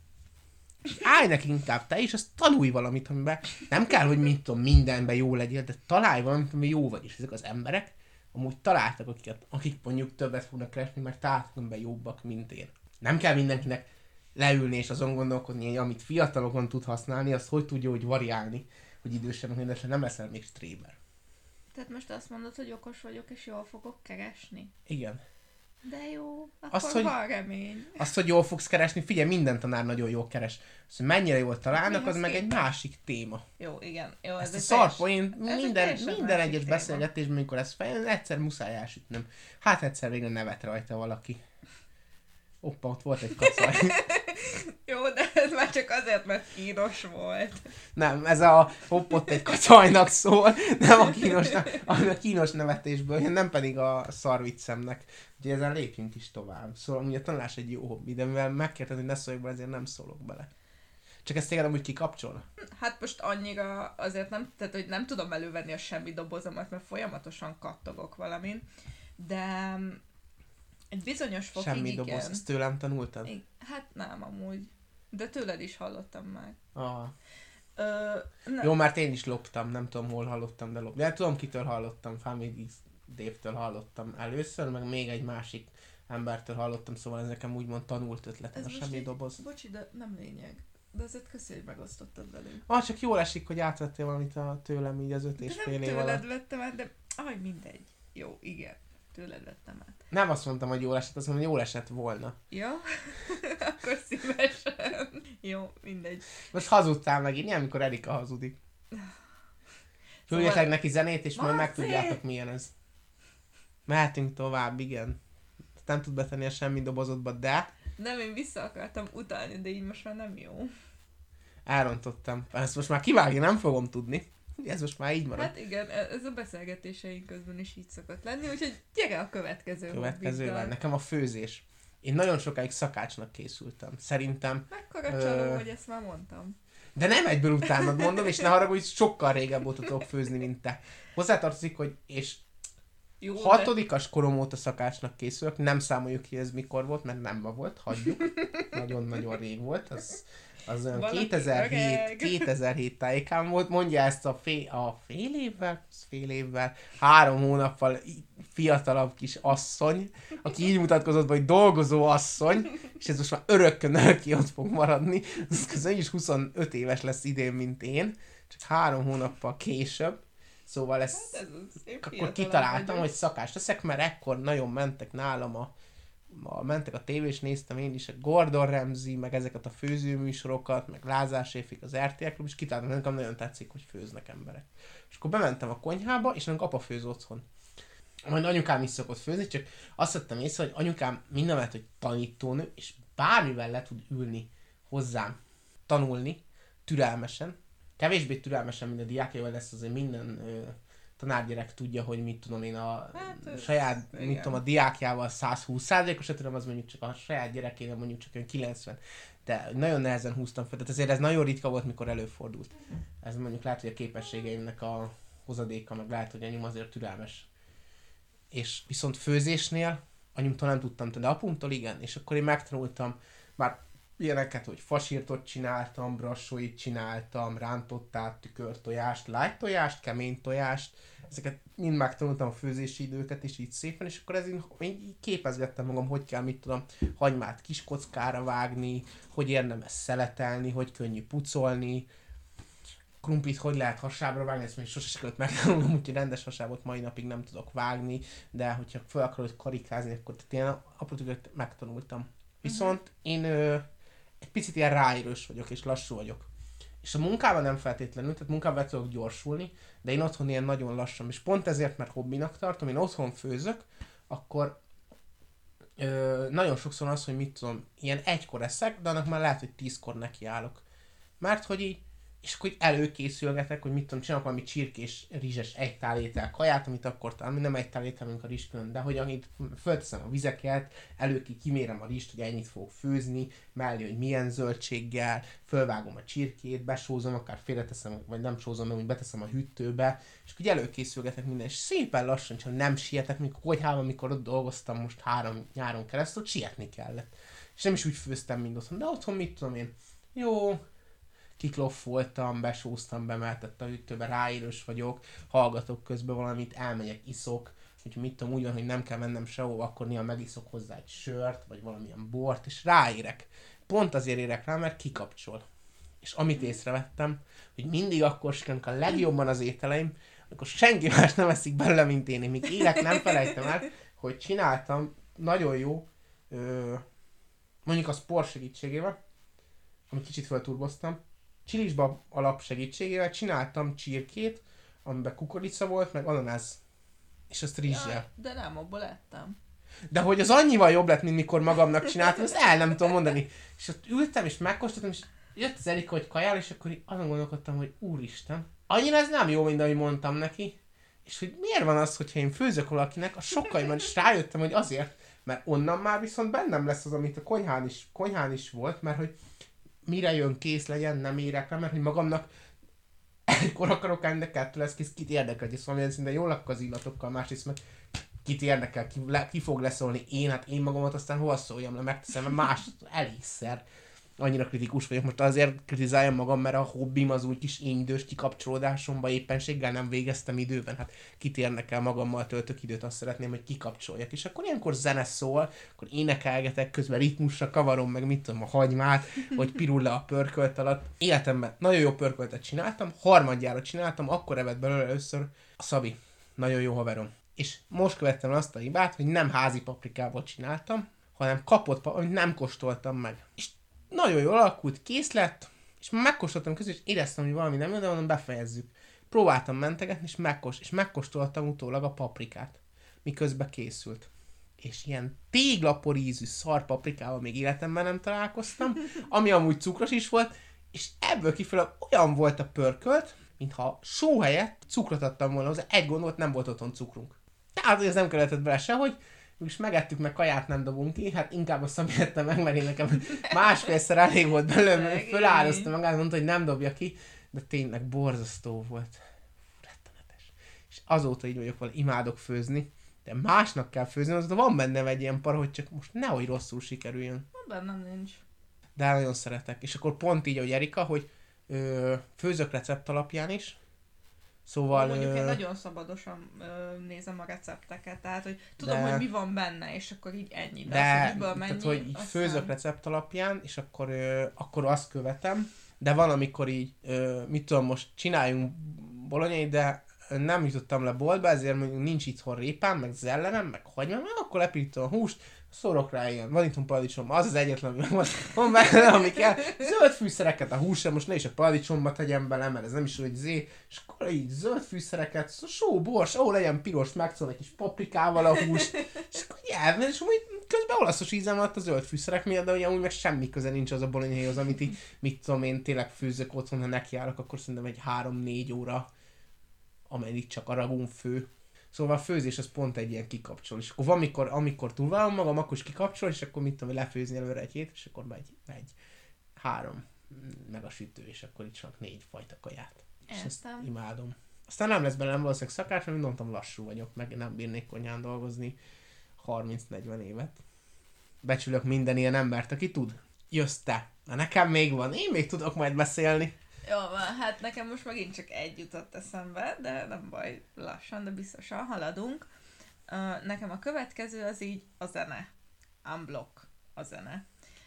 Állj neki inkább te, és azt tanulj valamit, amiben nem kell, hogy mit tudom, mindenben jó legyél, de találj valamit, amiben jó vagy. És ezek az emberek amúgy találtak, akik mondjuk többet fognak keresni, mert találtak be jobbak, mint én. Nem kell mindenkinek leülni és azon gondolkodni, hogy amit fiatalokon tud használni, azt hogy tudja úgy variálni, hogy idősebbnek, de nem leszel még stréber. Tehát most azt mondod, hogy okos vagyok, és jól fogok keresni? Igen. De jó, akkor van remény. Azt, hogy jól fogsz keresni, figyelj, minden tanár nagyon jól keres. Azt, hogy mennyire jól találnak, az meg egy másik téma. Jó, igen. Jó, ezt a szarpoint minden egyes beszélgetésben, amikor ezt fejlőn, egyszer muszáj elsütnöm. Hát egyszer végre nevet rajta valaki. Oppa, ott volt egy kacaj. Jó, de Ez már csak azért, mert kínos volt. Nem, ez a hoppott egy kacajnak szól, nem a kínos nevetésből, nem pedig a szarviccemnek. Úgyhogy ezen lépjünk is tovább. Szóval ugye a tanulás egy jó hobbi, de mivel megkérted, hogy ne szóljak bele, ezért nem szólok bele. Csak ezt téged amúgy kikapcsol? Hát most annyira azért nem, tehát hogy nem tudom elővenni a semmi dobozomat, mert folyamatosan kattogok valamin, de egy bizonyos fokig Semmi doboz, ezt tőlem tanultad? Hát nem amúgy, de tőled is hallottam meg. Aha. Jó, mert én is loptam, nem tudom hol hallottam, de loptam. De tudom kitől hallottam, Family Dave-től hallottam először, meg még egy másik embertől hallottam, szóval ez nekem úgymond tanult ötletem, a semmi doboz. Bocsi, de nem lényeg. De azért köszi, hogy megosztottad velünk. Csak jól esik, hogy átvettél valamit tőlem így az 5,5 év alatt. Nem tőled vettem át, de mindegy. Jó, igen. Tőled vettem át. Nem azt mondtam, hogy jól esett, azt mondtam, hogy jól esett volna. Ja? Akkor szívesen. Jó, mindegy. Most hazudtál megint, ilyen, amikor Erika hazudik. Küldjetek neki zenét, és majd megtudjátok, milyen ez. Mehetünk tovább, igen. Nem tud betenni a semmi dobozodba, de... Nem, én vissza akartam utalni, de így most már nem jó. Elrontottam. Ezt most már kivágni nem fogom tudni. Ez most már így marad. Hát igen, ez a beszélgetéseink közben is így szokott lenni, úgyhogy gyere a következővel. Nekem a főzés. Én nagyon sokáig szakácsnak készültem. Szerintem... Mekkora csaló, hogy ezt már mondtam. De nem egyből utánad mondom, és ne haragudj, sokkal régebb óta tudok főzni, mint te. Hozzátartozik, hogy és jó, 6. korom óta szakácsnak készülök, nem számoljuk ki ez mikor volt, mert nem ma volt, hagyjuk. Nagyon-nagyon rég volt, az olyan 2007 tájékán volt, mondja ezt a fél évvel, 3 hónappal fiatalabb kis asszony, aki így mutatkozott, hogy dolgozó asszony, és ez most már örökkön ott fog maradni, az is 25 éves lesz idén, mint én, csak 3 hónappal később. Szóval ezt akkor kitaláltam, hogy szakács leszek, mert ekkor nagyon mentek nálam mentek a tévés, néztem én is a Gordon Ramsay, meg ezeket a főzőműsorokat, meg Lázár Séfik az RTL Klub, és kitaláltam, nekem nagyon tetszik, hogy főznek emberek. És akkor bementem a konyhába, és nekem apa főz otthon. Majd anyukám is szokott főzni, csak azt vettem észre, hogy anyukám mindemellett, hogy tanítónő, és bármivel le tud ülni hozzám tanulni, türelmesen, kevésbé türelmesen, mint a diákjával, lesz azért minden tanárgyerek tudja, hogy mit tudom én saját, mit tudom, a diákjával 120%-osat tudom, az mondjuk csak a saját gyerekével mondjuk csak olyan 90. De nagyon nehezen húztam fel, tehát azért ez nagyon ritka volt, mikor előfordult. Ez mondjuk lehet, hogy a képességeimnek a hozadéka, meg lehet, hogy anyum azért türelmes. És viszont főzésnél anyumtól nem tudtam, de apumtól igen, és akkor én megtanultam már ilyeneket, hogy fasírtot csináltam, brassóit csináltam, rántottát, tükörtojást, light tojást, kemény tojást, ezeket mind megtanultam a főzési időket is így szépen, és akkor én így képezgettem magam, hogy kell, mit tudom, hagymát kis kockára vágni, hogy érdemes szeletelni, hogy könnyű pucolni, krumplit hogy lehet hasábra vágni, ezt még sose sikerült megtanulnom, úgyhogy rendes hasábot mai napig nem tudok vágni, de hogyha fel akarod karikázni, akkor ilyen aprótűket megtanultam. Viszont én egy picit ilyen ráérős vagyok, és lassú vagyok. És a munkában nem feltétlenül, tehát munkában tudok gyorsulni, de én otthon ilyen nagyon lassan, és pont ezért, mert hobbinak tartom, én otthon főzök, akkor nagyon sokszor az, hogy mit tudom, ilyen 1-kor eszek, de annak már lehet, hogy 10-kor nekiállok. Mert hogy így, és akkor így előkészülgetek, hogy mit tudom, csinálok valami csirkés, rizses 1 tál étel kaját, amit akkor talán nem 1 tál étel, mint a rizs külön, de hogy amit fölteszem a vizeket, kimérem a rizst, hogy ennyit fogok főzni, mellé, hogy milyen zöldséggel, fölvágom a csirkét, besózom, akár félreteszem, vagy nem sózom meg, úgy beteszem a hűtőbe, és akkor így előkészülgetek minden, és szépen lassan, csak nem sietek, mikor konyhában, amikor ott dolgoztam most 3 nyáron keresztül, sietni kellett. És nem is úgy főztem, mint otthon, de otthon mit tudom én, jó, kikloffoltam, besóztam, bemeltett a hűtőbe, ráérős vagyok, hallgatok közben valamit, elmegyek, iszok, hogyha mit tudom, úgy van, hogy nem kell mennem sehova, akkor néha megiszok hozzá egy sört, vagy valamilyen bort, és ráérek. Pont azért érek rá, mert kikapcsol. És amit észrevettem, hogy mindig akkor sikerülnek a legjobban az ételeim, amikor senki más nem eszik belőle, mint én még élek, nem felejtem el, hogy csináltam nagyon jó, mondjuk a sport segítségével, amit kicsit felturboztam, csilisbab alap segítségével csináltam csirkét, amiben kukorica volt, meg ananász, és azt rizssel. Ja, de nem, abból ettem. De hogy az annyival jobb lett, mint mikor magamnak csináltam, ezt el nem tudom mondani. És ott ültem, és megkóstoltam, és jött az Erika, hogy kajál, és akkor így azon gondolkodtam, hogy úristen, annyira ez nem jó, mint ahogy mondtam neki. És hogy miért van az, hogyha én főzök valakinek, az sokkal jobb, és rájöttem, hogy azért, mert onnan már viszont bennem lesz az, amit a konyhán is volt, mert hogy mire jön, kész legyen, nem érek rá, mert hogy magamnak egykor akarok enni, de kettő lesz kész, kit érdekel, hogy szóval szinte jól lakok az illatokkal, másrészt meg kit érdekel, ki fog leszólni, hát én magamat aztán hova szóljam le, megteszem, mert más elégszer annyira kritikus vagyok. Most azért kritizáljam magam, mert a hobbim az úgy kis én idős kikapcsolódásomba éppenséggel nem végeztem időben. Hát kit érdekel, magammal töltök időt, azt szeretném, hogy kikapcsoljak. És akkor ilyenkor zene szól, akkor énekelgetek, közben ritmusra kavarom meg, mit tudom, a hagymát, hogy pirul le a pörkölt alatt. Életemben nagyon jó pörköltet csináltam, harmadjára csináltam, akkor evett belőle először a Szabi. Nagyon jó haverom. És most követtem azt a hibát, hogy nem házi paprikával csináltam, hanem kapott, amit nem kóstoltam meg. És nagyon jól alakult, kész lett, és megkóstoltam közül, és éreztem, hogy valami nem jó, de mondom, befejezzük. Próbáltam mentegetni, és megkóstoltam utólag a paprikát, miközben készült. És ilyen téglapor ízű szar paprikával még életemben nem találkoztam, ami amúgy cukros is volt, és ebből kifelé olyan volt a pörkölt, mintha só helyett cukrot adtam volna hozzá, egy gond volt, nem volt otthon cukrunk. Tehát, hogy ez nem kerülhetett bele sehogy, és megettük, meg kaját nem dobunk ki, hát inkább a Szabi ette meg, mert én nekem másfélszer elég volt belőle, fölállozta magát, mondta, hogy nem dobja ki, de tényleg borzasztó volt. Rettenetes. És azóta így vagyok vele, imádok főzni, de másnak kell főzni, azóta van bennem egy ilyen para, hogy csak most nehogy rosszul sikerüljön. Bennem nincs. De nagyon szeretek. És akkor pont így, ahogy Erika, hogy főzök recept alapján is, szóval... Mondjuk én nagyon szabadosan nézem a recepteket, tehát hogy tudom, hogy mi van benne, és akkor így ennyi. De tehát, hogy így főzök recept alapján, és akkor azt követem, de van, amikor így, mit tudom, most csináljunk bolonyai, de nem jutottam le boltba, ezért mondjuk nincs itthon répám, meg zellenem, meg hagymám, akkor lepirítom a húst, szórok rá ilyen vadítom paradicsom, az egyetlen, ami van benne, ami kell. Zöld fűszereket a húsra, most ne is a paradicsomba tegyem bele, mert ez nem is úgy és akkor így zöld fűszereket, só, bors, legyen piros, megszól egy kis paprikával a hús, és akkor elvenni, és úgy közben olaszos ízem alatt a zöld fűszerek miatt, de ugye úgy meg semmi köze nincs az a bolonyhéhoz, amit így, mit tudom én, tényleg főzök otthon, ha nekiállok, akkor szerintem egy 3-4 óra, ameddig csak a ragún fő. Szóval a főzés az pont egy ilyen kikapcsol. És akkor amikor túlválom magam, akkor is kikapcsol, és akkor mit tudom, lefőzni előre egy hét, és akkor megy 3 meg a sütő, és akkor itt csak 4 fajta kaját. És ezt imádom. Aztán nem lesz belőlem valószínűleg szakács, mert mondtam, lassú vagyok, meg nem bírnék konyhán dolgozni 30-40 évet. Becsülök minden ilyen embert, aki tud. Jössz te. Na nekem még van, én még tudok majd beszélni. Jó, hát nekem most megint csak egy jutott eszembe, de nem baj, lassan, de biztosan haladunk. Nekem a következő az így a zene. Unblock a zene.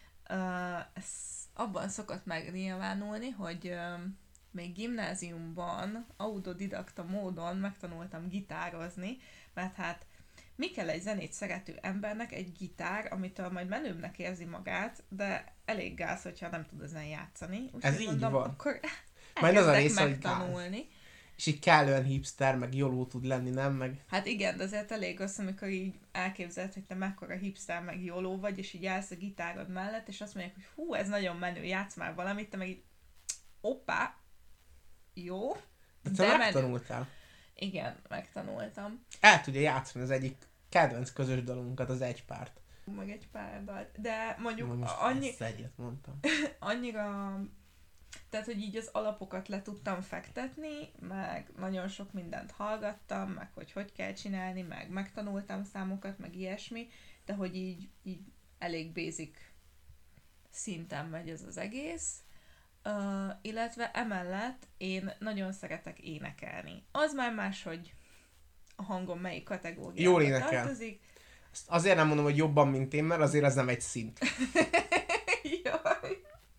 Ez abban szokott megnyilvánulni, hogy még gimnáziumban autodidakta módon megtanultam gitározni, mert hát mi kell egy zenét szerető embernek egy gitár, amitől majd menőbbnek érzi magát, de elég gáz, hogyha nem tud ezen játszani. Ez így mondom, van. Akkor majd az a része, megtanulni. Hogy és így kellően hipster, meg jóló tud lenni, nem? Meg... Hát igen, de azért elég az, amikor így elképzeled, hogy te mekkora hipster, meg jóló vagy, és így állsz a gitárod mellett, és azt mondják, hogy hú, ez nagyon menő, játsz már valamit, te meg így oppá, jó. De te megtanultál. Igen, megtanultam. El tudja játszani az egyik kedvenc közös dalunkat, az Egy párt. Meg egy pár dalt. De mondjuk most egyet mondtam. Annyira... Tehát, hogy így az alapokat le tudtam fektetni, meg nagyon sok mindent hallgattam, meg hogy kell csinálni, meg megtanultam számokat, meg ilyesmi, de hogy így elég basic szinten megy ez az egész. Illetve emellett én nagyon szeretek énekelni. Az már más, hogy a hangom melyik kategóriába tartozik. Ezt azért nem mondom, hogy jobban, mint én, mert azért az nem egy szint. Jaj.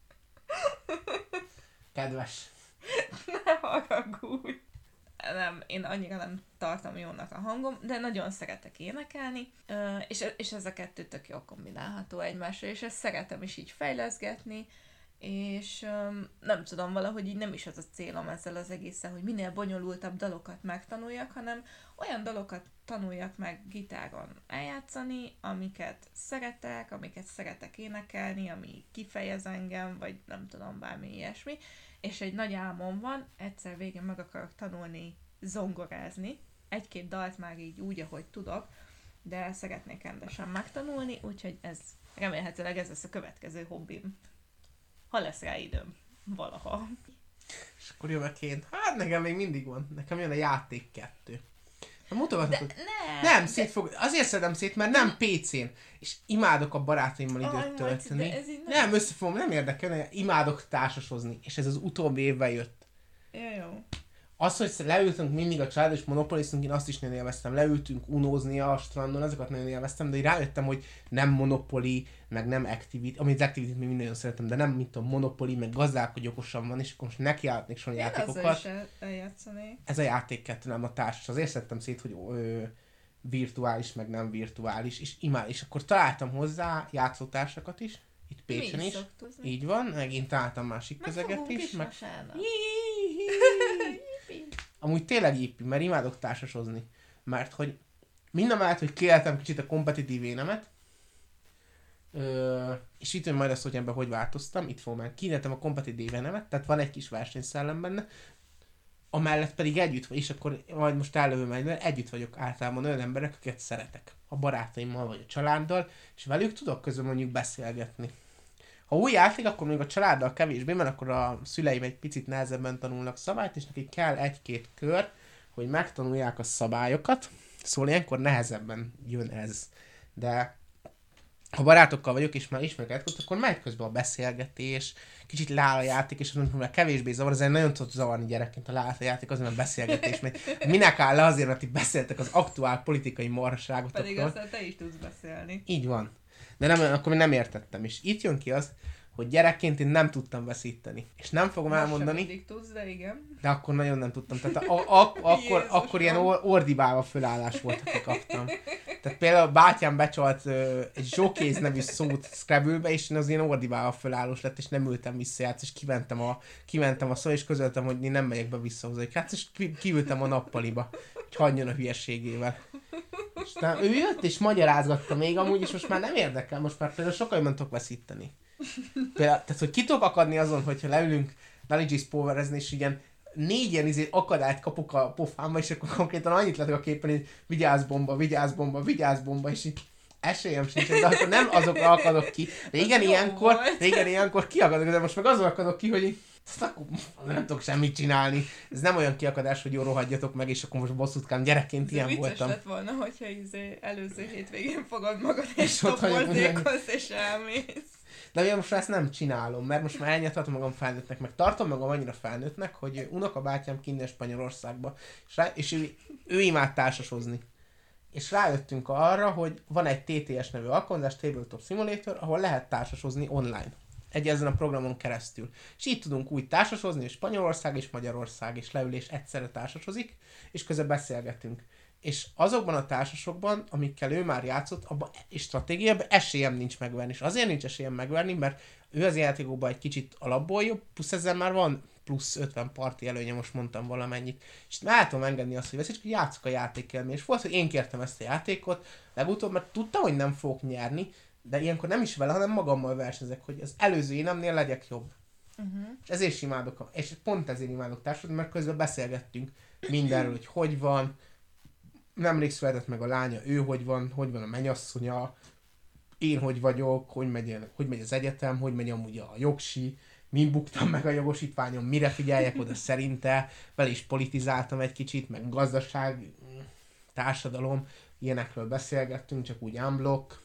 Kedves. Ne haragudj. Nem, én annyira nem tartom jónak a hangom, de nagyon szeretek énekelni, és ez a kettő tök jól kombinálható egymásra, és ezt szeretem is így fejleszgetni, és nem tudom, valahogy így nem is az a célom ezzel az egészen, hogy minél bonyolultabb dalokat megtanuljak, hanem olyan dalokat tanuljak meg gitáron eljátszani, amiket szeretek énekelni, ami kifejez engem, vagy nem tudom, bármi ilyesmi, és egy nagy álmom van, egyszer végén meg akarok tanulni zongorázni, egy-két dalt már így úgy, ahogy tudok, de szeretnék rendesen megtanulni, úgyhogy remélhetőleg ez lesz a következő hobbim. Ha lesz rá időm. Valaha. És akkor jövök én. Hát nekem még mindig van. Nekem jön a játék 2. Mutogatod. Nem, azért szedem szét, mert nem PC-n. És imádok a barátaimmal időt tölteni. Nem, összefogom, nem érdekel, imádok társasozni. És ez az utóbbi évben jött. Jó. Az, hogy leültünk mindig a család, és monopoliztunk, én azt is nagyon élveztem. Leültünk unózni a strandon, azokat nagyon élveztem, de így rájöttem, hogy nem Monopoly, meg nem Activity, amit az Activity-t még nagyon szeretem, de nem, mint tudom, Monopoly, meg gazdálkodj okosan van, és akkor most nekiállhatnék sorolni játékokat. Ez a játék 2, nem a társas. Azért szedtem szét, hogy virtuális, meg nem virtuális, és és akkor találtam hozzá játszótársakat is, itt Pécsen is. Így van, megint találtam másik közeget is. Amúgy tényleg éppi, mert imádok társasozni. Mert hogy mindamellett, hogy kiéltem kicsit a kompetitív énemet, és itt majd azt, hogy ebben hogy változtam, itt fogom már kiéltem a kompetitív énemet, tehát van egy kis versenyszellem benne, amellett pedig együtt vagy, és akkor majd most előbb megy, mert együtt vagyok általában olyan emberek, akiket szeretek. A barátaimmal vagy a családdal, és velük tudok közben mondjuk beszélgetni. Ha új játék, akkor még a családdal kevésbé, mert akkor a szüleim egy picit nehezebben tanulnak szabályt, és nekik kell 1-2 kör, hogy megtanulják a szabályokat. Szóval ilyenkor nehezebben jön ez. De ha barátokkal vagyok, és már ismerek, akkor megy közben a beszélgetés, kicsit leáll a játék, és mondjuk, hogy kevésbé zavar, ez nagyon tud zavarni gyerekként, ha leállt a játék, azért, mert beszélgetés. Mert minek áll le azért, mert itt beszéltek az aktuál politikai marhaságotokról. Pedig aztán te is tudsz beszélni. Így van. De akkor még nem értettem. És itt jön ki az, hogy gyerekként én nem tudtam veszíteni. És nem fogom most elmondani. Mindig tudsz, de igen. De akkor nagyon nem tudtam. Tehát akkor ilyen ordibálva fölállás volt, aki kaptam. Tehát például a bátyám becsalt egy zsokéz nevű szót Scrabble-be, és én az ilyen ordibálva fölállós lett, és nem ültem vissza, és kimentem a szó, és közöltem, hogy én nem megyek be vissza hozzá. Hát, és kiültem a nappaliba, hogy hagyjon a hülyeségével. És ő jött, és magyarázgatta még amúgy, és most már nem érdekel, most már például sokkal jobban tudok veszíteni. Például, tehát, hogy ki tudok akadni azon, hogyha leülünk Knowledge Powerezni, és ilyen 4 ilyen akadályt kapok a pofámba, és akkor konkrétan annyit letek a képen, hogy vigyázz bomba, és így esélyem sincs, de akkor nem azokra akadok ki. Régen ilyenkor kiakadok, de most meg azon akadok ki, hogy akkor nem tudok semmit csinálni. Ez nem olyan kiakadás, hogy jó, rohadjatok meg, és akkor most bosszútkám, gyerekként ilyen voltam. Vicces lett volna, hogyha előző hétvégén fogod magad, és toporzékolsz, és elmész. De ugye most már ezt nem csinálom, mert most már elnyertem magam felnőttnek, meg tartom magam annyira felnőttnek, hogy unokabátyám kint Spanyolországba, és ő imád társasozni. És rájöttünk arra, hogy van egy TTS nevű alkalmazás, Tabletop Simulator, ahol lehet társasozni online. Ezen a programon keresztül. És így tudunk úgy társasozni, hogy Spanyolország és Magyarország és leülés egyszerre társasozik, és közben beszélgetünk. És azokban a társasokban, amikkel ő már játszott, abban és stratégiában esélyem nincs megverni. És azért nincs esélyem megverni, mert ő az játékokban egy kicsit alapból jobb, plusz ezzel már van plusz 50 parti előnye, most mondtam valamennyit. És el tudom engedni azt, hogy veszik, hogy játszok a játékkelmény. És volt, hogy én kértem ezt a játékot legutóbb, mert tudtam, hogy nem fogok nyerni, de ilyenkor nem is vele, hanem magammal versenyzek, hogy az előző énemnél legyek jobb. És ezért is imádok, és pont ezért imádok társadalmat, mert közben beszélgettünk mindenről, hogy van, nemrég született meg a lánya, ő hogy van a mennyasszonya, én hogy vagyok, hogy megy az egyetem, hogy megy amúgy a jogsi, mi buktam meg a jogosítványom, mire figyeljek oda szerinte, vele is politizáltam egy kicsit, meg gazdaság, társadalom, ilyenekről beszélgettünk, csak úgy unblock.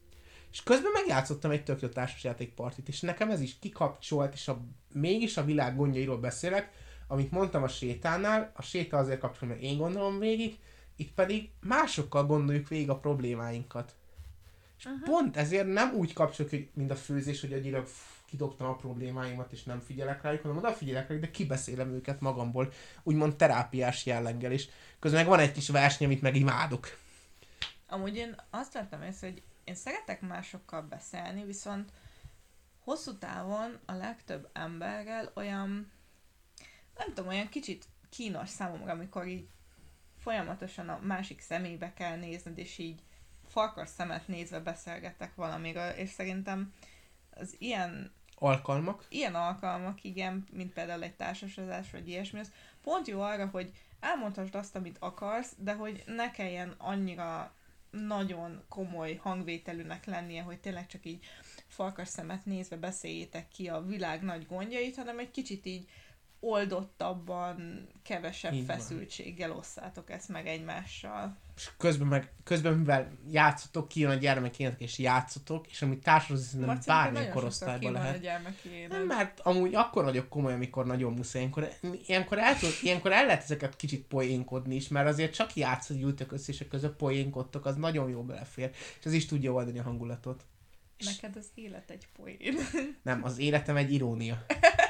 És közben megjátszottam egy tök jó társasjátékpartit, és nekem ez is kikapcsolt, és mégis a világ gondjairól beszélek, amit mondtam a sétánál, a séta azért kapcsol, mert én gondolom végig, itt pedig másokkal gondoljuk végig a problémáinkat. És pont ezért nem úgy kapcsoljuk, hogy mint a főzés, hogy agyilag kidobtam a problémáimat, és nem figyelek rájuk, hanem odafigyelek rájuk, de kibeszélem őket magamból, úgymond terápiás jelleggel, és közben meg van egy kis verseny, amit meg imádok. Amúgy én azt vettem észre, hogy én szeretek másokkal beszélni, viszont hosszú távon a legtöbb emberrel olyan, nem tudom, olyan kicsit kínos számomra, amikor így folyamatosan a másik szemébe kell nézned, és így farkas szemet nézve beszélgetek valamiről, és szerintem az ilyen alkalmak, igen, mint például egy társasozás, vagy ilyesmi, az pont jó arra, hogy elmondhassd azt, amit akarsz, de hogy ne kelljen annyira nagyon komoly hangvételűnek lennie, hogy tényleg csak így farkas szemet nézve beszéljétek ki a világ nagy gondjait, hanem egy kicsit így oldottabban, kevesebb így feszültséggel osszátok ezt meg egymással. És közben mivel játszotok, kijön a gyermekének és játszotok, és amit társadalmi szerintem bármilyen korosztályban lehet. Nem, mert amúgy akkor vagyok komoly, amikor nagyon muszáj. Ilyenkor el lehet ezeket kicsit poénkodni is, mert azért csak játszod, gyűltök össze, és a között poénkodtok, az nagyon jó belefér. És az is tudja oldani a hangulatot. Neked az élet egy poén. Nem, az életem egy irónia.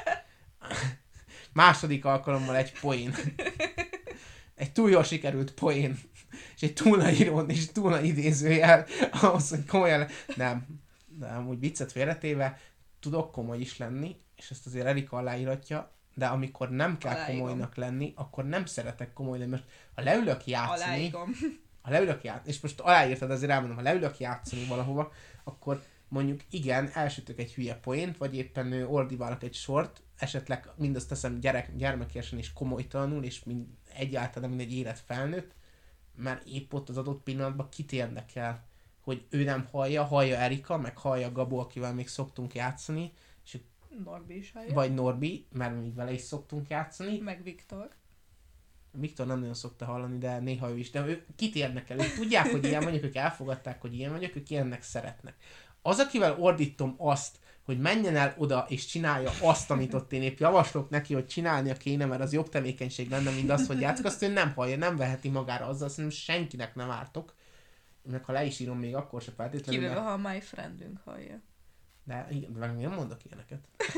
Második alkalommal egy poén. Egy túl jól sikerült poén. És egy túl nagy irónia, és túl nagy idézőjel, ahhoz, hogy komolyan nem. De amúgy viccet félretéve, tudok komoly is lenni, és ezt azért Erika aláíratja, de amikor nem kell komolynak lenni, akkor nem szeretek komoly lenni. Most ha leülök játszani, és most aláírtad, azért elmondom, ha leülök játszani valahova, akkor mondjuk igen, elsütök egy hülye poént, vagy éppen ordiválok egy sort, esetleg mindazt teszem gyermekésen és komolytalanul, és egyáltalán mind egy élet felnőtt, mert épp ott az adott pillanatban kit érdekel, hogy ő nem hallja Erika, meg hallja Gabó, akivel még szoktunk játszani, és Norbi is hallja. Vagy Norbi, mert még vele is szoktunk játszani. Meg Viktor. Viktor nem nagyon szokta hallani, de néha ő is. De ő kit érdekel? Ők tudják, hogy ilyen vagyok, ők elfogadták, hogy ilyen vagyok, ők ilyennek szeretnek. Az, akivel ordítom azt, hogy menjen el oda és csinálja azt, amit ott én épp javaslok neki, hogy csinálnia kéne, mert az jobb tevékenység lenne, mint az, hogy játszik, azt ő nem hallja, nem veheti magára azzal, szerintem senkinek nem ártok. Meg ha le is írom, még akkor se feltétlenül. Kivéve, ha a my friendünk hallja. De igen, meg nem mondok ilyeneket.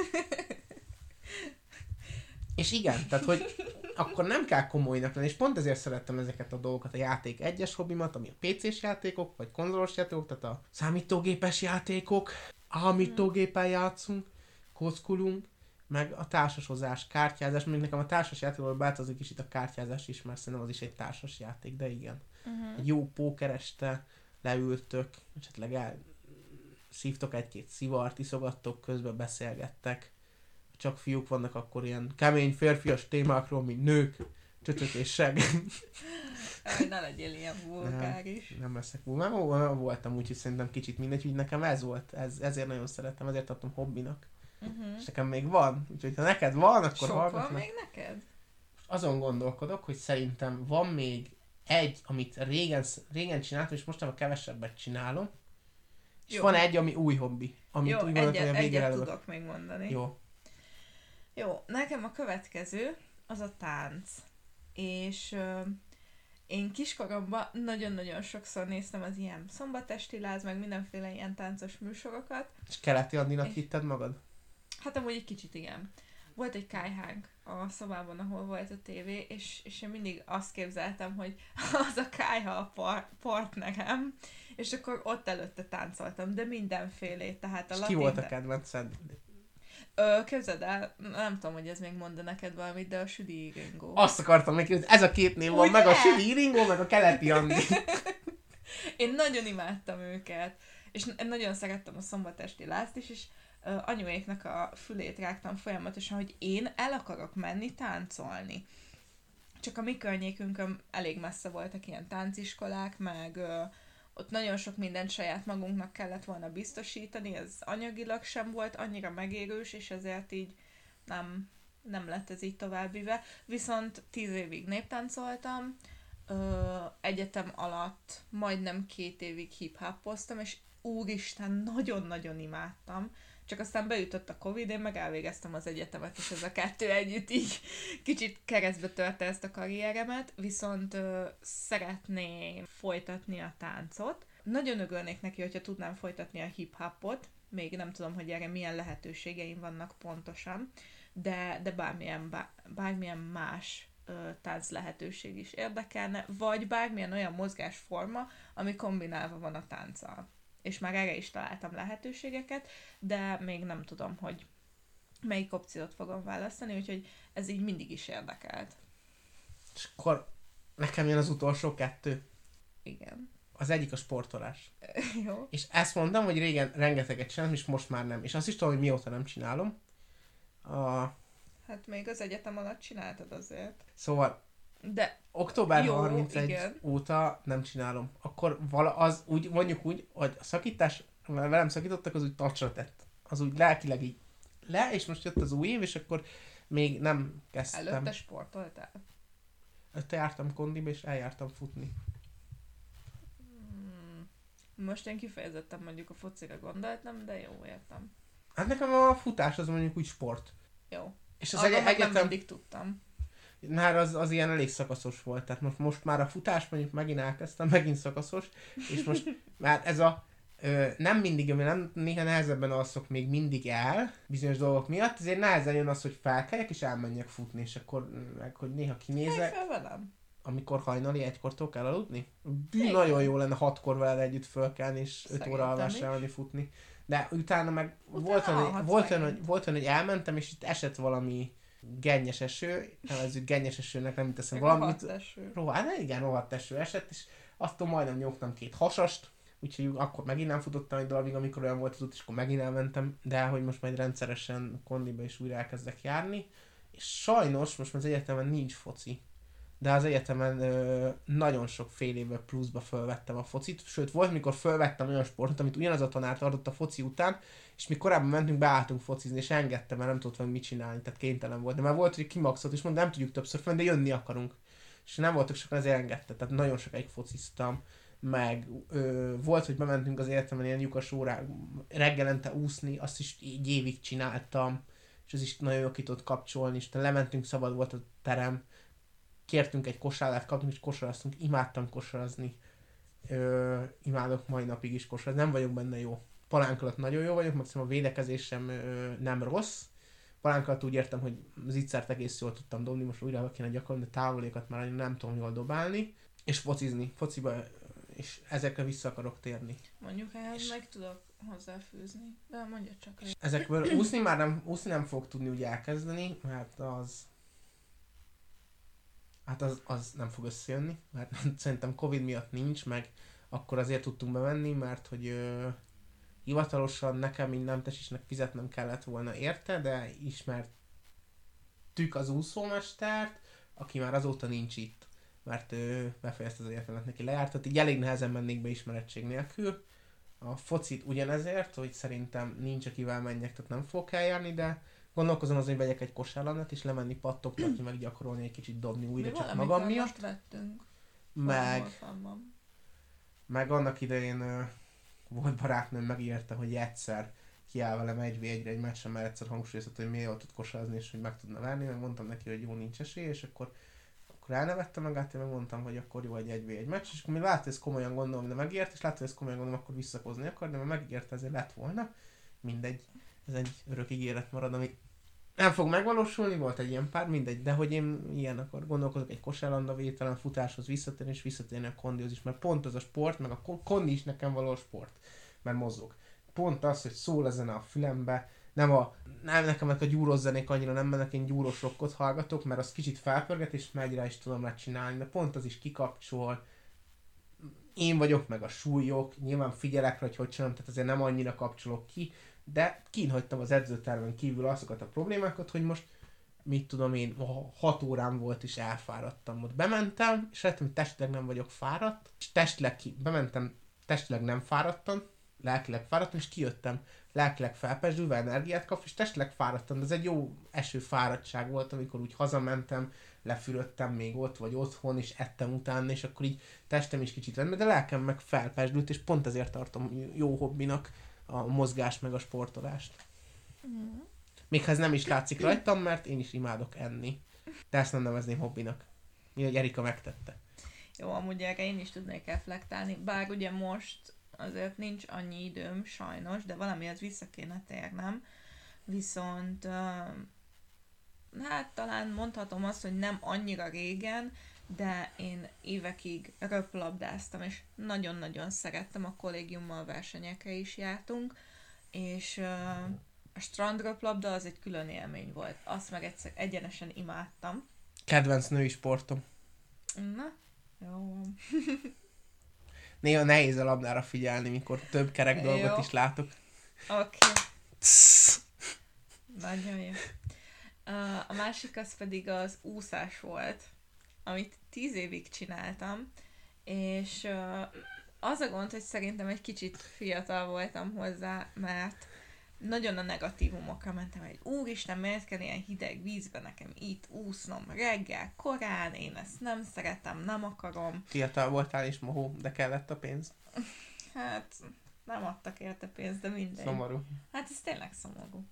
És igen, tehát hogy akkor nem kell komolynak lenni, és pont ezért szerettem ezeket a dolgokat, a játék egyes hobbimat, ami a PC-s játékok, vagy konzolos játékok, tehát a számítógépes játékok, számítógépen játszunk, kockulunk, meg a társashozás, kártyázás, még nekem a társas játékból változik is itt a kártyázás is, mert szerintem az is egy társas játék, de igen. Egy jó póker este leültök, esetleg szívtok egy-két szivart, iszogattok, közben beszélgettek. Csak fiúk vannak, akkor ilyen kemény férfias témákról, mint nők, csöcsök és seg. Ne legyél ilyen vulgáris. Nem leszek vulgáris. Voltam, úgyhogy szerintem kicsit mindegy, hogy nekem ez volt. Ezért nagyon szerettem, ezért adtam hobbinak. És nekem még van. Úgyhogy ha neked van, akkor sok van még neked? Azon gondolkodok, hogy szerintem van még egy, amit régen csináltam, és mostanában kevesebbet csinálom. És van egy, ami új hobbi. Amit jó, úgy gondoltam, hogy a végére tudok még mondani. Jó, nekem a következő az a tánc. És én kiskoromban nagyon-nagyon sokszor néztem az ilyen szombatesti láz, meg mindenféle ilyen táncos műsorokat. És keleti Andinak hitted magad? Hát amúgy egy kicsit igen. Volt egy kályhánk a szobában, ahol volt a tévé, és én mindig azt képzeltem, hogy az a kályha a partnerem, és akkor ott előtte táncoltam, de mindenfélét, tehát a és ki volt a kedvenced? Képzeld el, nem tudom, hogy ez még mond neked valamit, de a Südi Iringó. Azt akartam neki, hogy ez a két név van, meg a Südi Iringó, meg a keleti Andi. Én nagyon imádtam őket, és nagyon szerettem a szombatesti lázt is, és anyuéknak a fülét rágtam folyamatosan, hogy én el akarok menni táncolni. Csak a mi környékünkön elég messze voltak ilyen tánciskolák, meg ott nagyon sok mindent saját magunknak kellett volna biztosítani, ez anyagilag sem volt annyira megérős, és ezért így nem lett ez így továbbvive. Viszont 10 évig néptáncoltam, egyetem alatt majdnem 2 évig hip-hopoztam, és úristen, nagyon-nagyon imádtam. Csak aztán beütött a Covid, én meg elvégeztem az egyetemet, és ez a kettő együtt így kicsit keresztbe törte ezt a karrieremet, viszont szeretném folytatni a táncot. Nagyon örülnék neki, hogyha tudnám folytatni a hip-hopot, még nem tudom, hogy erre milyen lehetőségeim vannak pontosan, de bármilyen más tánc lehetőség is érdekelne, vagy bármilyen olyan mozgásforma, ami kombinálva van a tánccal. és már erre is találtam lehetőségeket, de még nem tudom, hogy melyik opciót fogom választani, úgyhogy ez így mindig is érdekelt. És akkor nekem jön az utolsó 2. Igen. Az egyik a sportolás. Jó. És ezt mondtam, hogy régen rengeteget csináltam, és most már nem. És azt is tudom, hogy mióta nem csinálom. Hát még az egyetem alatt csináltad azért. Szóval De október jó, 31 igen. óta nem csinálom. Akkor az úgy, mondjuk úgy, hogy a szakítás, velem szakítottak, az úgy tacsra tett. Az úgy lelkileg így és most jött az új év, és akkor még nem kezdtem. Előtte sportoltál? Előtte jártam kondiba, és eljártam futni. Most én kifejezetten mondjuk a focira gondoltam, de jó, értem. Hát nekem a futás az mondjuk úgy sport. Jó. És az Nem egyetem... mindig tudtam. Már az ilyen elég szakaszos volt, tehát most már a futás mondjuk megint elkezdtem, megint szakaszos, és most már ez a nem mindig, nem, néha nehezebben alszok még mindig el bizonyos dolgok miatt, ezért nehezen jön az, hogy felkeljek és elmenjek futni, és akkor meg, hogy néha kinézek. Fel velem. Amikor hajnali 1-kortól kell aludni? Nagyon jó lenne 6-kor veled együtt fölkelni, és 5 óra alvásra elmenni futni. De utána meg volt olyan, hogy elmentem, és itt esett valami gennyes eső, nevezzük gennyes esőnek, nem teszem valamit. Rohadt eső esett, és aztól majdnem nyomtam 2 hasast, úgyhogy akkor megint nem futottam egy darabig, amikor olyan volt az út, és akkor megint elmentem, de hogy most majd rendszeresen kondiba is újra elkezdek járni, és sajnos most az egyetemen nincs foci. De az egyetemen nagyon sok fél évvel pluszba fölvettem a focit, sőt volt, mikor fölvettem olyan sportot, amit ugyanaz a tanár tartott a foci után, és mi korábban mentünk, beálltunk focizni, és engedtem, mert nem tudott valami mit csinálni, tehát kénytelen volt. De már volt, hogy kimaxolt, és mondta, nem tudjuk többször fenn, de jönni akarunk. És nem voltak sokan, ezért engedte, tehát nagyon sokáig fociztam, meg volt, hogy bementünk az egyetemen ilyen lyukas órák, reggelente úszni, azt is egy évig csináltam, és az is nagyon jól ki tudott kapcsolni, és lementünk, szabad volt a terem, kértünk egy kosárlát, kaptunk, és kosaraztunk, imádtam kosarazni, imádok mai napig is kosarazni, nem vagyok benne jó. Palánk alatt nagyon jó vagyok, meg a védekezésem nem rossz. Palánk alatt úgy értem, hogy az ittszert egész jól tudtam dobni, most újra kéne gyakorolni, de távolékat már nem tudom jól dobálni, és fociba, és ezekre vissza akarok térni. Mondjuk ehhez meg tudok hozzáfűzni, de mondja csak. Ezekből úszni nem fog tudni úgy elkezdeni, mert az nem fog összejönni, mert szerintem Covid miatt nincs, meg akkor azért tudtunk bemenni, mert hogy hivatalosan nekem, mint nem tesisnek fizetnem kellett volna érte, de ismertük az úszómestert, aki már azóta nincs itt, mert ő befejezte az egyetemet, neki lejárt, tehát így elég nehezen mennék be ismerettség nélkül. A focit ugyanezért, hogy szerintem nincs akivel menjek, tehát nem fogok eljárni, de gondolkozom azon, hogy vegyek egy kosárlabdát, és lemenni pattogtatni, meg gyakorolni, egy kicsit dobni újra, mi csak magam miatt. Most vettünk. Meg annak idején volt barátnőm, megírta, hogy egyszer kiáll velem 1v1-re egy meccsen, mert egyszer hangsúlyozott, hogy miért tud kosarazni, és hogy meg tudna verni, meg mondtam neki, hogy jó, nincs esély, és akkor elnevettem magát, én megmondtam, hogy akkor jó egy 1v1 meccs, és akkor mi látta, hogy ez komolyan gondolom, de megírt, és látta, hogy ez komolyan gondolom, akkor visszakozni akar, de mert megígérte, ezért lett volna. Mindegy, ez egy örök ígéret marad, ami nem fog megvalósulni, volt egy ilyen pár, mindegy, de hogy én ilyen akkor gondolkozok egy kosárlabda vételen, futáshoz visszatérni, és visszatérni a kondihoz is, mert pont az a sport, meg a kondi is nekem való a sport, mert mozog. Pont az, hogy szól a zene a fülembe, nem nekem a gyúrós zenék annyira nem mennek, én gyúrós rockot hallgatok, mert az kicsit felpörget, és megy rá is tudom megcsinálni, de pont az is kikapcsol. Én vagyok, meg a súlyok, nyilván figyelek rá, hogy csinálom, tehát azért nem annyira kapcsolok ki, de kínhagytam az edzőterven kívül azokat a problémákat, hogy most mit tudom én, 6 órám volt és elfáradtam. Ott bementem, és rájöttem, hogy testileg nem vagyok fáradt, és bementem, testileg nem fáradtam, lelkileg fáradtam, és kijöttem lelkileg felpesdülve, energiát kap, és testileg fáradtam, de ez egy jó eső fáradtság volt, amikor úgy hazamentem, lefürödtem még ott vagy otthon, és ettem utána, és akkor így testem is kicsit rendben, de lelkem meg felpesdült, és pont ezért tartom jó hobbinak a mozgást meg a sportolást. Még ha ez nem is látszik rajtam, mert én is imádok enni. De ezt nem nevezném hobbinak. Mindegy, Erika megtette. Jó, amúgy erre én is tudnék reflektálni, bár ugye most azért nincs annyi időm sajnos, de valamihez vissza kéne térnem. Viszont hát talán mondhatom azt, hogy nem annyira régen de én évekig röplabdáztam, és nagyon-nagyon szerettem, a kollégiummal versenyekre is jártunk, és a strandröplabda az egy külön élmény volt. Azt meg egyenesen imádtam. Kedvenc női sportom. Na, jó van. Néha nehéz a labdára figyelni, mikor több kerek dolgot is látok. Oké. Nagyon jó. A másik az pedig az úszás volt, amit 10 évig csináltam, és az a gond, hogy szerintem egy kicsit fiatal voltam hozzá, mert nagyon a negatívumokra mentem, hogy úristen, miért kell ilyen hideg vízbe nekem itt úsznom reggel, korán, én ezt nem szeretem, nem akarom. Fiatal voltál és mohó, de kellett a pénz. Hát, nem adtak érte pénzt, de mindegy. Szomorú. Hát ez tényleg szomorú.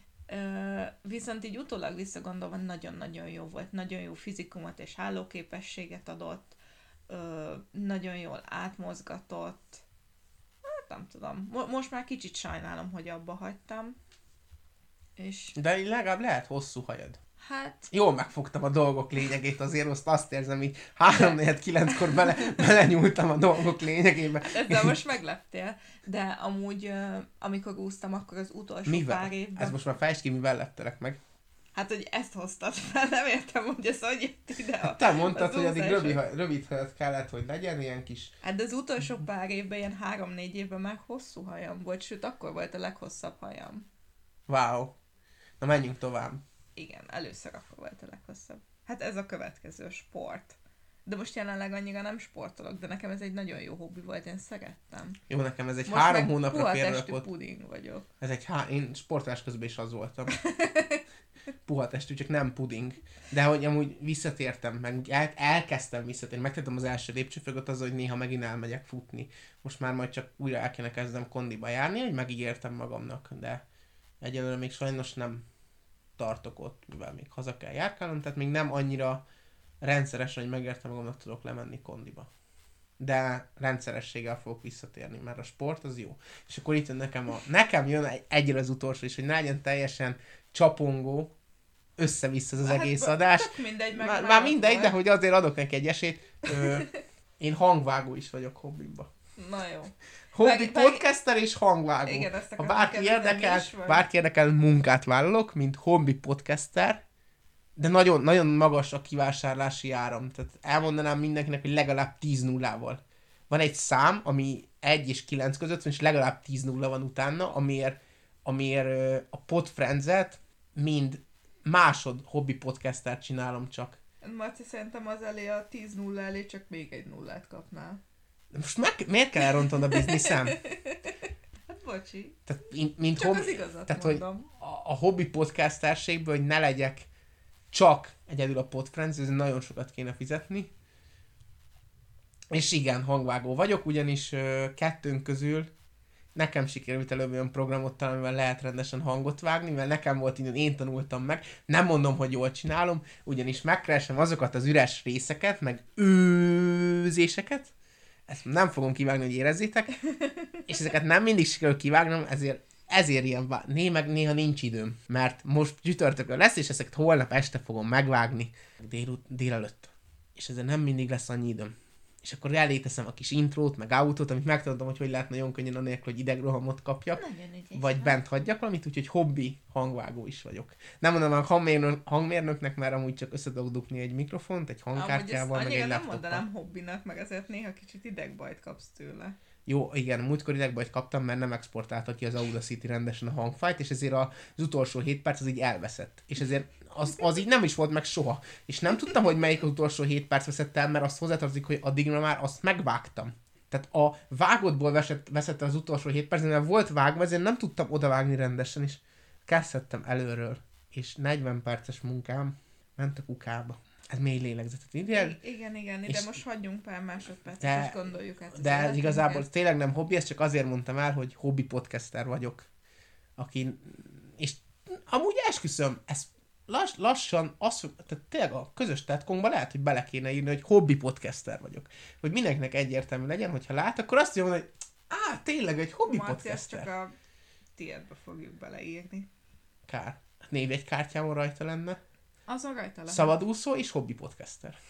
Viszont így utólag visszagondolva nagyon-nagyon jó volt, nagyon jó fizikumot és hálóképességet adott, nagyon jól átmozgatott, hát nem tudom, most már kicsit sajnálom, hogy abba hagytam, és... De legalább lehet hosszú hajad. Hát... Jól megfogtam a dolgok lényegét, azért azt érzem, hogy 3-4-9-kor belenyúltam a dolgok lényegébe. Hát ezzel most megleptél, de amúgy, amikor úsztam, akkor az utolsó pár évben... Ez most már fejtsd ki, mivel leptelek meg. Hát, hogy ezt hoztad fel, nem értem, hogy ez hogy jött ide a... Te mondtad, hogy addig rövid hajat kellett, hogy legyen ilyen kis... Hát de az utolsó pár évben, ilyen 3-4 évben már hosszú hajam volt, sőt, akkor volt a leghosszabb hajam. Wow. Na menjünk tovább. Igen, először akkor volt a leghosszabb. Hát ez a következő sport. De most jelenleg annyira nem sportolok, de nekem ez egy nagyon jó hobbi volt, én szerettem. Jó, nekem ez egy most 3 hónapra félrelökött. Puding vagyok. Ez egy én sportolás közben is az voltam. Puha testű, csak nem puding. De hogy amúgy visszatértem, meg úgy elkezdtem visszatérni. Megtettem az első lépcsőfokat az, hogy néha megint elmegyek futni. Most már majd csak újra el kéne kezdem kondiba járni, hogy megígértem magamnak, de egyelőre még sajnos nem tartok ott, mivel még haza kell járkálnom, tehát még nem annyira rendszeresen, hogy megértem magamnak tudok lemenni kondiba. De rendszerességgel fogok visszatérni, mert a sport az jó. És akkor itt nekem jön egyre az utolsó is, hogy ne legyen teljesen csapongó, össze-vissza az egész adás. Mindegy, már mindegy, de hogy azért adok neki egy esélyt. Én hangvágó is vagyok hobbimba. Na jó. Hobbi podcaster és hangvágó. Igen, ha bárki érdekel, munkát vállalok, mint hobbi podcaster, de nagyon, nagyon magas a kivásárlási áram. Tehát elmondanám mindenkinek, hogy legalább 10 nullával. Van egy szám, ami 1 és 9 között van, és legalább 10 nulla van utána, amiért a Podfriends-et mind másod hobbi podcastert csinálom csak. Marci, szerintem az elé a 10 nulla elé csak még egy nullát kapnál. Most miért kell elrontod a bizniszem? Hát bocsi. Tehát, csak az igazat tehát, mondom. Hogy a hobbi podcasterségből, hogy ne legyek csak egyedül a Podfriends, ez nagyon sokat kéne fizetni. És igen, hangvágó vagyok, ugyanis kettőnk közül nekem sikerült előbb olyan programot találni, amivel lehet rendesen hangot vágni, mert nekem volt időm, én tanultam meg. Nem mondom, hogy jól csinálom, ugyanis megkeresem azokat az üres részeket, meg őzéseket, ezt nem fogom kivágni, hogy érezzétek, és ezeket nem mindig sikerül kivágnom, ezért ilyen néha nincs időm, mert most csütörtökön lesz, és ezeket holnap este fogom megvágni délelőtt. És ezért nem mindig lesz annyi időm. És akkor elé teszem a kis intrót, meg outrót, amit megtanultam, hogy lehet nagyon könnyen anélkül, hogy idegrohamot kapjak, vagy bent hagyjak valamit, úgyhogy hobbi hangvágó is vagyok. Nem mondom a hangmérnöknek, mert amúgy csak össze tudok dugni egy mikrofont, egy hangkártyával, meg egy laptoppal. Nem mondanám hobbinak, meg azért néha kicsit idegbajt kapsz tőle. Jó, igen, múltkor idegbajt kaptam, mert nem exportálta ki az Audacity rendesen a hangfájt, és ezért az utolsó 7 perc az így elveszett. És ezért az így nem is volt meg soha. És nem tudtam, hogy melyik az utolsó 7 perc veszett el, mert azt hozzátartozik, hogy addigra már azt megvágtam. Tehát a vágottból veszett el az utolsó 7 perc, mert volt vágva, ezért nem tudtam odavágni rendesen, és kezdtem előről. És 40 perces munkám ment a kukába. Ez mély lélegzetet. Igen, de most hagyjunk pár másodpercet, és gondoljuk át. De igazából tényleg nem hobbi, ezt csak azért mondtam el, hogy hobbi podcaster vagyok. És amúgy esküszöm, ez lassan, tehát tényleg a közös tetkonkban lehet, hogy bele kéne írni, hogy hobbi podcaster vagyok. Hogy mindenkinek egyértelmű legyen, hogyha lát, akkor azt mondja, hogy tényleg egy hobbi podcaster. Ezt csak a tiédbe fogjuk beleírni. Kár. Névjegykártyámon rajta lenne. Azon rajta lehet. Szabadúszó és hobbi podcaster.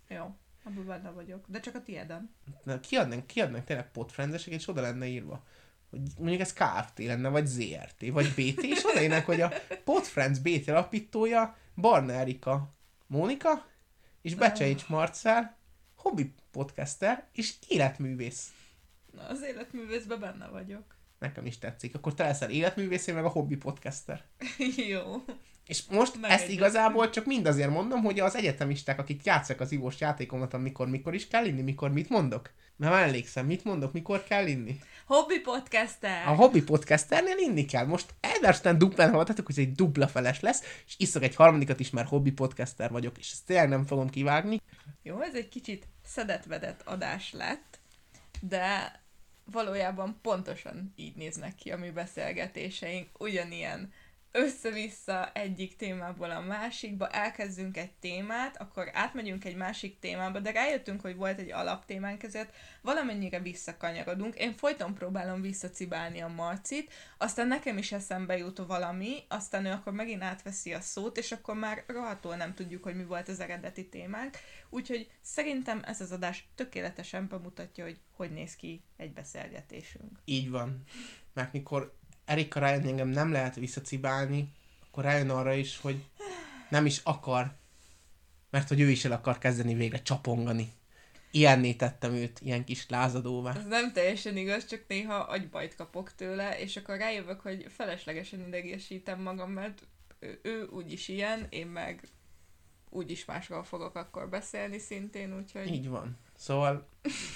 Jó, abban benne vagyok. De csak a tiéden. Kiadnánk tényleg podfriendeseket, és oda lenne írva, hogy mondjuk ez Kft. Lenne, vagy ZRT, vagy BT, és oda írnak, hogy a Podfriends BT alapítója Barna Erika Mónika, és Becseics Marcell, hobbi podcaster, és életművész. Na, az életművészben benne vagyok. Nekem is tetszik. Akkor te leszel életművész, én meg a hobbi podcaster. Jó. És most ezt igazából csak mind azért mondom, hogy az egyetemisták, akik játszák az ivós játékomat, mikor is kell inni, mikor mit mondok. Mert már emlékszem, mit mondok, mikor kell inni. Hobbi podcaster! A hobbi podcasternél inni kell. Most Eversten duplán hallottatok, hogy ez egy dupla feles lesz, és iszok egy harmadikat is, mert hobbi podcaster vagyok, és ezt tényleg nem fogom kivágni. Jó, ez egy kicsit szedett-vedett adás lett, de valójában pontosan így néznek ki a mi beszélgetéseink, ugyanilyen össze-vissza egyik témából a másikba, elkezdünk egy témát, akkor átmegyünk egy másik témába, de rájöttünk, hogy volt egy alaptémánk, ezért valamennyire visszakanyarodunk. Én folyton próbálom visszacibálni a Marcit, aztán nekem is eszembe jut valami, aztán ő akkor megint átveszi a szót, és akkor már rohadtul nem tudjuk, hogy mi volt az eredeti témánk. Úgyhogy szerintem ez az adás tökéletesen bemutatja, hogy néz ki egy beszélgetésünk. Így van. Mert mikor Erika rájön, hogy engem nem lehet visszacibálni, akkor rájön arra is, hogy nem is akar, mert hogy ő is el akar kezdeni végre csapongani. Ilyenné tettem őt, ilyen kis lázadóvá. Ez nem teljesen igaz, csak néha agybajt kapok tőle, és akkor rájövök, hogy feleslegesen idegesítem magam, mert ő úgyis ilyen, én meg úgyis másról fogok akkor beszélni szintén, úgyhogy... Így van. Szóval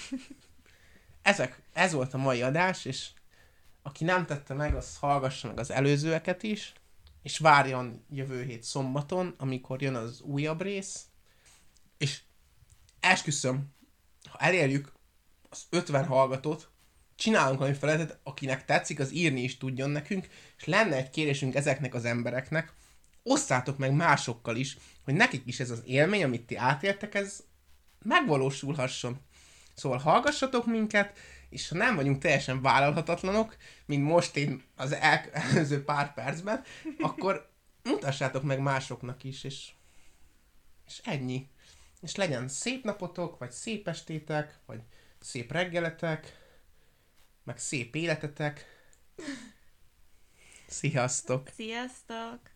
ez volt a mai adás, és aki nem tette meg, az hallgassa meg az előzőeket is, és várjon jövő hét szombaton, amikor jön az újabb rész, és esküszöm, ha elérjük az 50 hallgatót, csinálunk valami feladatot, akinek tetszik, az írni is tudjon nekünk, és lenne egy kérésünk ezeknek az embereknek, osszátok meg másokkal is, hogy nekik is ez az élmény, amit ti átéltek, ez megvalósulhasson. Szóval hallgassatok minket, és ha nem vagyunk teljesen vállalhatatlanok, mint most én az előző pár percben, akkor mutassátok meg másoknak is, és ennyi. És legyen szép napotok, vagy szép estétek, vagy szép reggeletek, meg szép életetek. Sziasztok! Sziasztok!